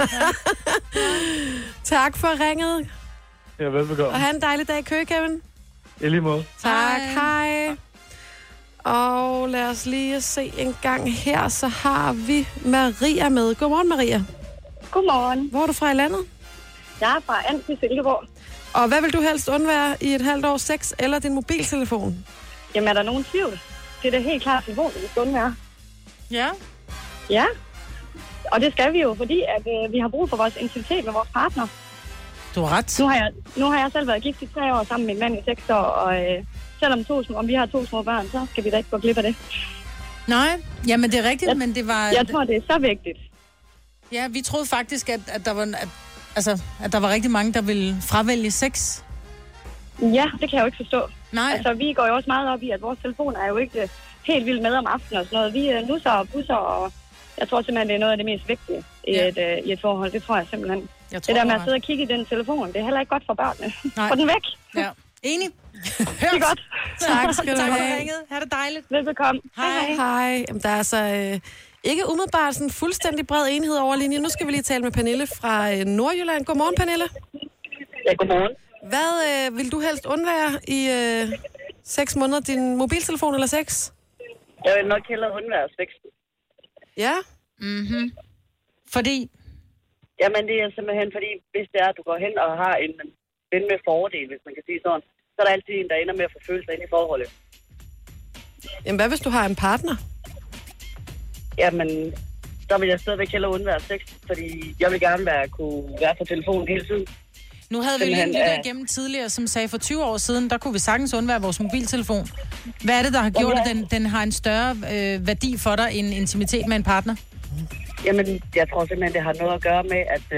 Tak for ringet. Ja, velbekomme. Og have en dejlig dag i Køge, Kevin. I lige måde. Tak, hej. Og lad os lige se en gang her, så har vi Maria med. Godmorgen, Maria. Godmorgen. Hvor er du fra i landet? Jeg er fra Ans i Silkeborg. Og hvad vil du helst undvære i et halvt år? Sex eller din mobiltelefon? Jamen, er der nogen tvivl? Det er da helt klart telefonen, vi skal undvære. Ja? Ja. Og det skal vi jo, fordi at, vi har brug for vores intimitet med vores partner. Du har ret. Nu har jeg selv været gift i 3 år sammen med en mand i 6 år, og selvom om vi har 2 små børn, så skal vi da ikke gå glip af det. Nej, jamen det er rigtigt, men det var... Jeg tror, det er så vigtigt. Ja, vi troede faktisk, at der var rigtig mange, der ville fravælge sex. Ja, det kan jeg jo ikke forstå. Nej. Altså, vi går jo også meget op i, at vores telefon er jo ikke helt vildt med om aftenen og sådan noget. Vi nusser og busser, og jeg tror simpelthen, det er noget af det mest vigtige i et forhold. Det tror jeg simpelthen. Det der med at sidde og kigge i den telefon, det er heller ikke godt for børnene. Få den væk. Ja. Enig. Det er godt. Tak skal du have. Ha' det dejligt. Velbekomme. Hej. Jamen, der er altså ikke umiddelbart sådan fuldstændig bred enighed over linjen. Nu skal vi lige tale med Pernille fra Nordjylland. Godmorgen, Pernille. Ja, godmorgen. Hvad vil du helst undvære i 6 måneder? Din mobiltelefon eller sex? Jeg vil nok hellere undvære sex. Ja? Mhm. Fordi? Jamen, det er simpelthen fordi, hvis det er, at du går hen og har en ven med fordel, hvis man kan sige sådan, så er der altid en, der ender med at få følelser ind i forholdet. Jamen, hvad hvis du har en partner? Jamen, så vil jeg stadigvæk hellere undvære sex, fordi jeg vil gerne kunne være på telefonen hele tiden. Nu havde vi jo lige en lytter igennem tidligere, som sagde, for 20 år siden, der kunne vi sagtens undvære vores mobiltelefon. Hvad er det, der har gjort, at den har en større værdi for dig end intimitet med en partner? Jamen, jeg tror simpelthen, det har noget at gøre med,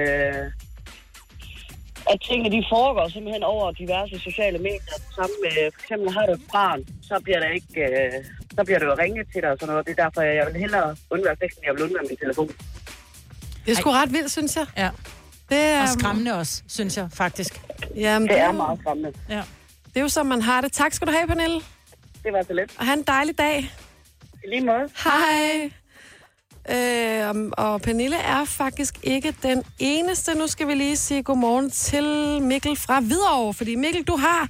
at tingene de foregår simpelthen over diverse sociale medier. Sammen med, for eksempel har du et barn, så bliver der ikke, så bliver det jo ringet til dig og sådan noget. Det er derfor, jeg vil hellere undvære sex, end jeg vil undvære min telefon. Det er sgu ret vildt, synes jeg. Ja. Det er og skræmmende også, synes jeg faktisk. Jamen, det er meget skræmmende. Ja. Det er jo som man har det. Tak skal du have, Pernille. Det var så let. Og have en dejlig dag. I lige måde. Hej. Og Pernille er faktisk ikke den eneste. Nu skal vi lige sige godmorgen til Mikkel fra Hvidovre. Fordi Mikkel, du har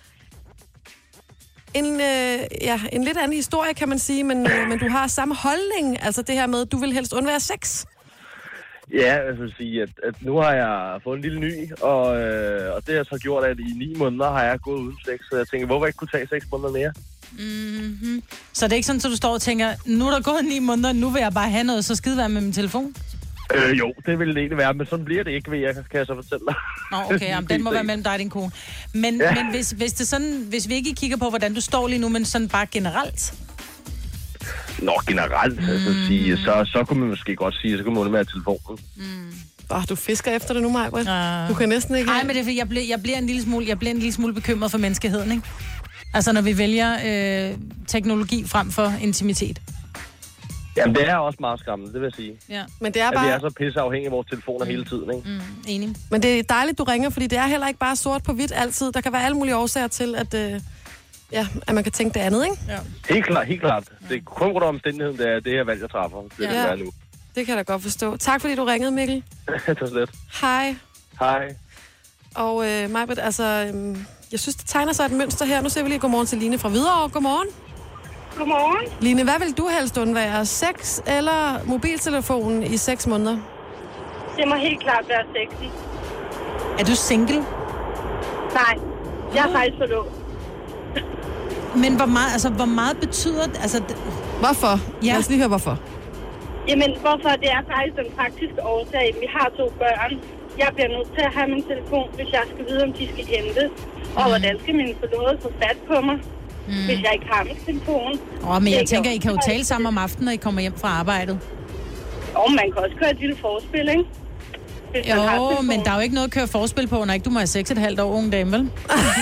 en lidt anden historie, kan man sige, men du har samme holdning. Altså det her med, at du vil helst undvære sex. Ja, jeg vil sige, at nu har jeg fået en lille ny, og det har så gjort, at i 9 måneder har jeg gået uden sex. Så jeg tænker, hvorfor ikke kunne tage 6 måneder mere? Mm-hmm. Så det er ikke sådan, at du står og tænker, nu er der gået 9 måneder, nu vil jeg bare have noget, så skide være med min telefon? Jo, det vil det egentlig være, men sådan bliver det ikke, kan jeg så fortælle dig. Nå, okay, jamen, den må være mellem dig og din kone. Men hvis det sådan, hvis vi ikke kigger på, hvordan du står lige nu, men sådan bare generelt? Nå, generelt, sige, så kunne man måske godt sige, så kunne man undvære telefonen. Du fisker efter det nu, Maja. Du kan næsten ikke... Nej, men det er fordi, jeg bliver en lille smule bekymret for menneskeheden, ikke? Altså, når vi vælger teknologi frem for intimitet. Jamen, det er også meget skræmmende, det vil jeg sige. Ja. Men det er bare... vi er så pisseafhængige af vores telefoner hele tiden, ikke? Enig. Men det er dejligt, du ringer, fordi det er heller ikke bare sort på hvidt altid. Der kan være alle mulige årsager til, at man kan tænke det andet, ikke? Ja. Helt klart. Det er kun grund af omstændigheden, det er det her valg, jeg træffer. Det er nu. Det kan jeg da godt forstå. Tak, fordi du ringede, Mikkel. Det var slet. Hej. Hej. Og Majbert, jeg synes, det tegner sig et mønster her. Nu ser vi lige godmorgen til Line fra Hvidovre. Godmorgen. Godmorgen. Line, hvad vil du helst undvære? Sex eller mobiltelefonen i 6 måneder? Det må helt klart være sexy. Er du single? Nej, jeg er faktisk forlovet. Men hvor meget betyder det? Altså, hvorfor? Ja. Lad os lige høre, hvorfor. Jamen, hvorfor? Det er faktisk den praktiske årsag. Vi har 2 børn. Jeg bliver nødt til at have min telefon, hvis jeg skal vide, om de skal hentes. Og hvordan skal min forlovede få fat på mig, hvis jeg ikke har min telefon? Men jeg tænker, I kan jo tale sammen om aftenen, når I kommer hjem fra arbejdet. Man kan også køre et lille forspil, ikke? Jo, men der er jo ikke noget at køre forspil på, når ikke du må have 6,5 år, unge dame, vel?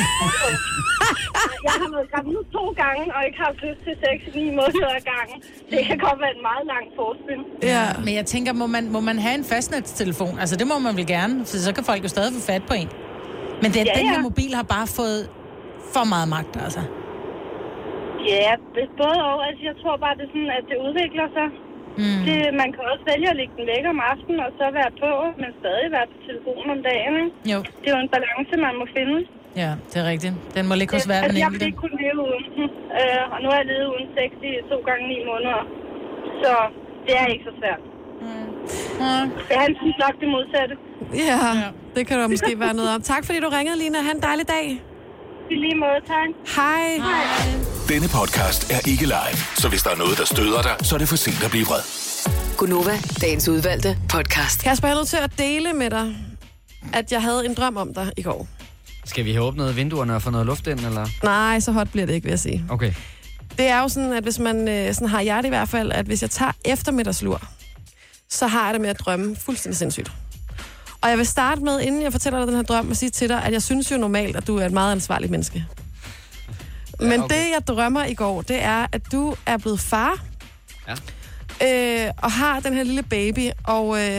Jeg har været gravid 2 gange, og ikke haft lyst til 6 i 9 måneder ad gangen. Det kan godt være en meget lang forspil. Ja. Men jeg tænker, må man have en fastnetstelefon? Altså, det må man vel gerne, for så kan folk jo stadig få fat på en. Men den her mobil har bare fået for meget magt, altså. Ja, både og. Altså, jeg tror bare, det er sådan, at det udvikler sig. Man kan også vælge at lægge den væk om aftenen, og så være på, men stadig være på telefonen om dagen, ikke? Jo. Det er jo en balance, man må finde. Ja, det er rigtigt. Den må ligge hos hver den enkelte. Jeg vil ikke kunne leve uden den, og nu har jeg levet uden sex i 2 gange 9 måneder. Så det er ikke så svært. Han synes nok det modsatte. Ja, det kan du måske være noget om. Tak fordi du ringede, Lina. Ha' en dejlig dag. I lige måde, tak. Hej. Denne podcast er ikke live, så hvis der er noget, der støder dig, så er det for sent at blive vred. Gunova, dagens udvalgte podcast. Kasper, jeg er nødt til at dele med dig, at jeg havde en drøm om dig i går. Skal vi have åbnet vinduerne og få noget luft ind, eller? Nej, så hot bliver det ikke, vil jeg sige. Okay. Det er jo sådan, at hvis man sådan har hjerte i hvert fald, at hvis jeg tager eftermiddagslur, så har jeg det med at drømme fuldstændig sindssygt. Og jeg vil starte med, inden jeg fortæller dig den her drøm, at sige til dig, at jeg synes jo normalt, at du er et meget ansvarligt menneske. Men det, jeg drømmer i går, det er, at du er blevet far. Ja. Og har den her lille baby, og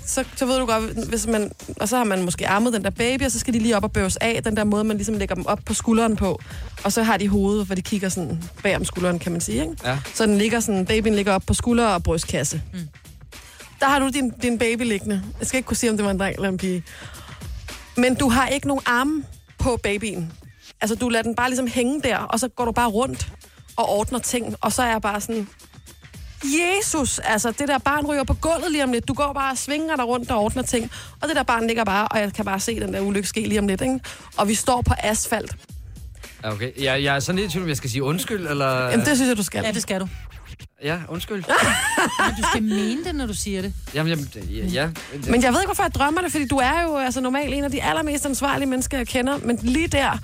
så ved du godt, hvis man... Og så har man måske armet den der baby, og så skal de lige op og bøves af, den der måde, man ligesom lægger dem op på skulderen på. Og så har de hovedet, hvor de kigger sådan bag om skulderen, kan man sige, ikke? Ja. Så den ligger sådan, babyen ligger op på skulder og brystkasse. Der har du din baby liggende. Jeg skal ikke kunne sige, om det var en dreng eller en pige. Men du har ikke nogen arme på babyen. Altså, du lader den bare ligesom hænge der, og så går du bare rundt og ordner ting. Og så er jeg bare sådan... Jesus, altså det der barn ryger på gulvet lige om lidt. Du går bare og svinger dig rundt og ordner ting. Og det der barn ligger bare, og jeg kan bare se den der ulykke ske lige om lidt, ikke? Og vi står på asfalt. Okay, jeg er sådan lidt i tvivl, om jeg skal sige undskyld, eller... Jamen, det synes jeg, du skal. Ja, det skal du. Ja, undskyld. Men du skal mene det, når du siger det. Jamen, ja. Men jeg ved ikke, hvorfor jeg drømmer det, fordi du er jo altså normalt en af de allermest ansvarlige mennesker, jeg kender. Men lige der...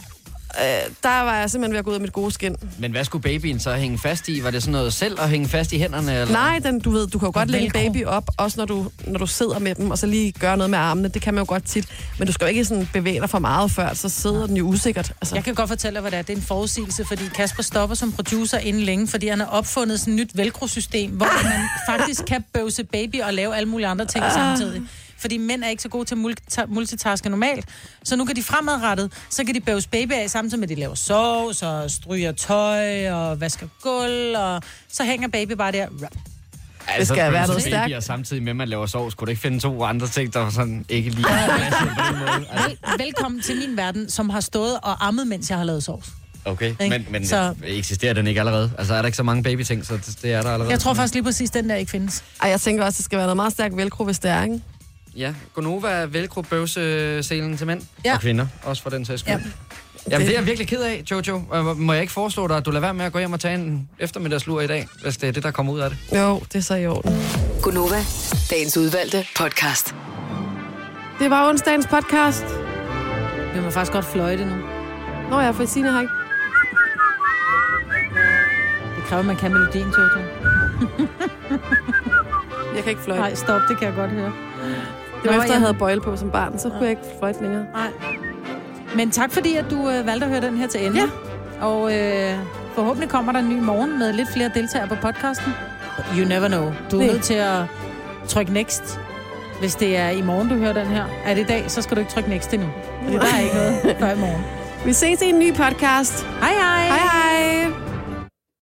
der var jeg simpelthen ved at gå ud af mit gode skin. Men hvad skulle babyen så hænge fast i? Var det sådan noget selv at hænge fast i hænderne? Eller? Nej, du ved, du kan jo godt lægge baby op, også når du sidder med dem, og så lige gøre noget med armene. Det kan man jo godt tit. Men du skal jo ikke sådan bevæge dig for meget før, så sidder den jo usikkert. Altså. Jeg kan godt fortælle dig, hvad det er. Det er en forudsigelse, fordi Kasper stopper som producer inden længe, fordi han har opfundet sådan et nyt velcro-system, hvor man faktisk kan bøvse baby og lave alle mulige andre ting samtidig. Fordi mænd er ikke så gode til at multitaske normalt. Så nu kan de fremadrettet, så kan de bøvse baby af, samtidig med, at de laver sovs og stryger tøj og vasker gulv, og så hænger baby bare der. Altså, det skal være noget stærkt. Og samtidig med, at man laver sovs, skulle du ikke finde 2 andre ting, der var sådan ikke lige på den måde? Altså. Velkommen til min verden, som har stået og ammet, mens jeg har lavet sovs. Okay, men så... eksisterer den ikke allerede? Altså er der ikke så mange babyting, så det er der allerede? Jeg tror faktisk lige præcis, den der ikke findes. Ej, jeg tænker også, det skal være noget meget stærkt velcro, hvis det er, ikke? Ja, Gonova er velcro-bøvseselen til mænd og kvinder, også for den sags skyld. Ja. Jamen, det er jeg virkelig ked af, Jojo. Må jeg ikke foreslå dig, at du lader være med at gå hjem og tage en eftermiddagslur i dag, hvis det er det, der kommer ud af det? Jo, det er så i orden. Gonova, dagens udvalgte podcast. Det var onsdagens podcast. Vi må faktisk godt fløjte nu. Nå ja, for Signe har ikke. Det kræver, at man kan melodien, Jojo. Jeg kan ikke fløjte. Nej, stop, det kan jeg godt høre. Det var efter, jeg havde bøjle på som barn, så kunne jeg ikke fløjte længere. Nej. Men tak fordi, at du valgte at høre den her til ende. Ja. Og forhåbentlig kommer der en ny morgen med lidt flere deltagere på podcasten. You never know. Du er nødt til at trykke next. Hvis det er i morgen, du hører den her. Er det i dag, så skal du ikke trykke next endnu. Fordi der er ikke noget før i morgen. Vi ses i en ny podcast. Hej hej. Hej hej.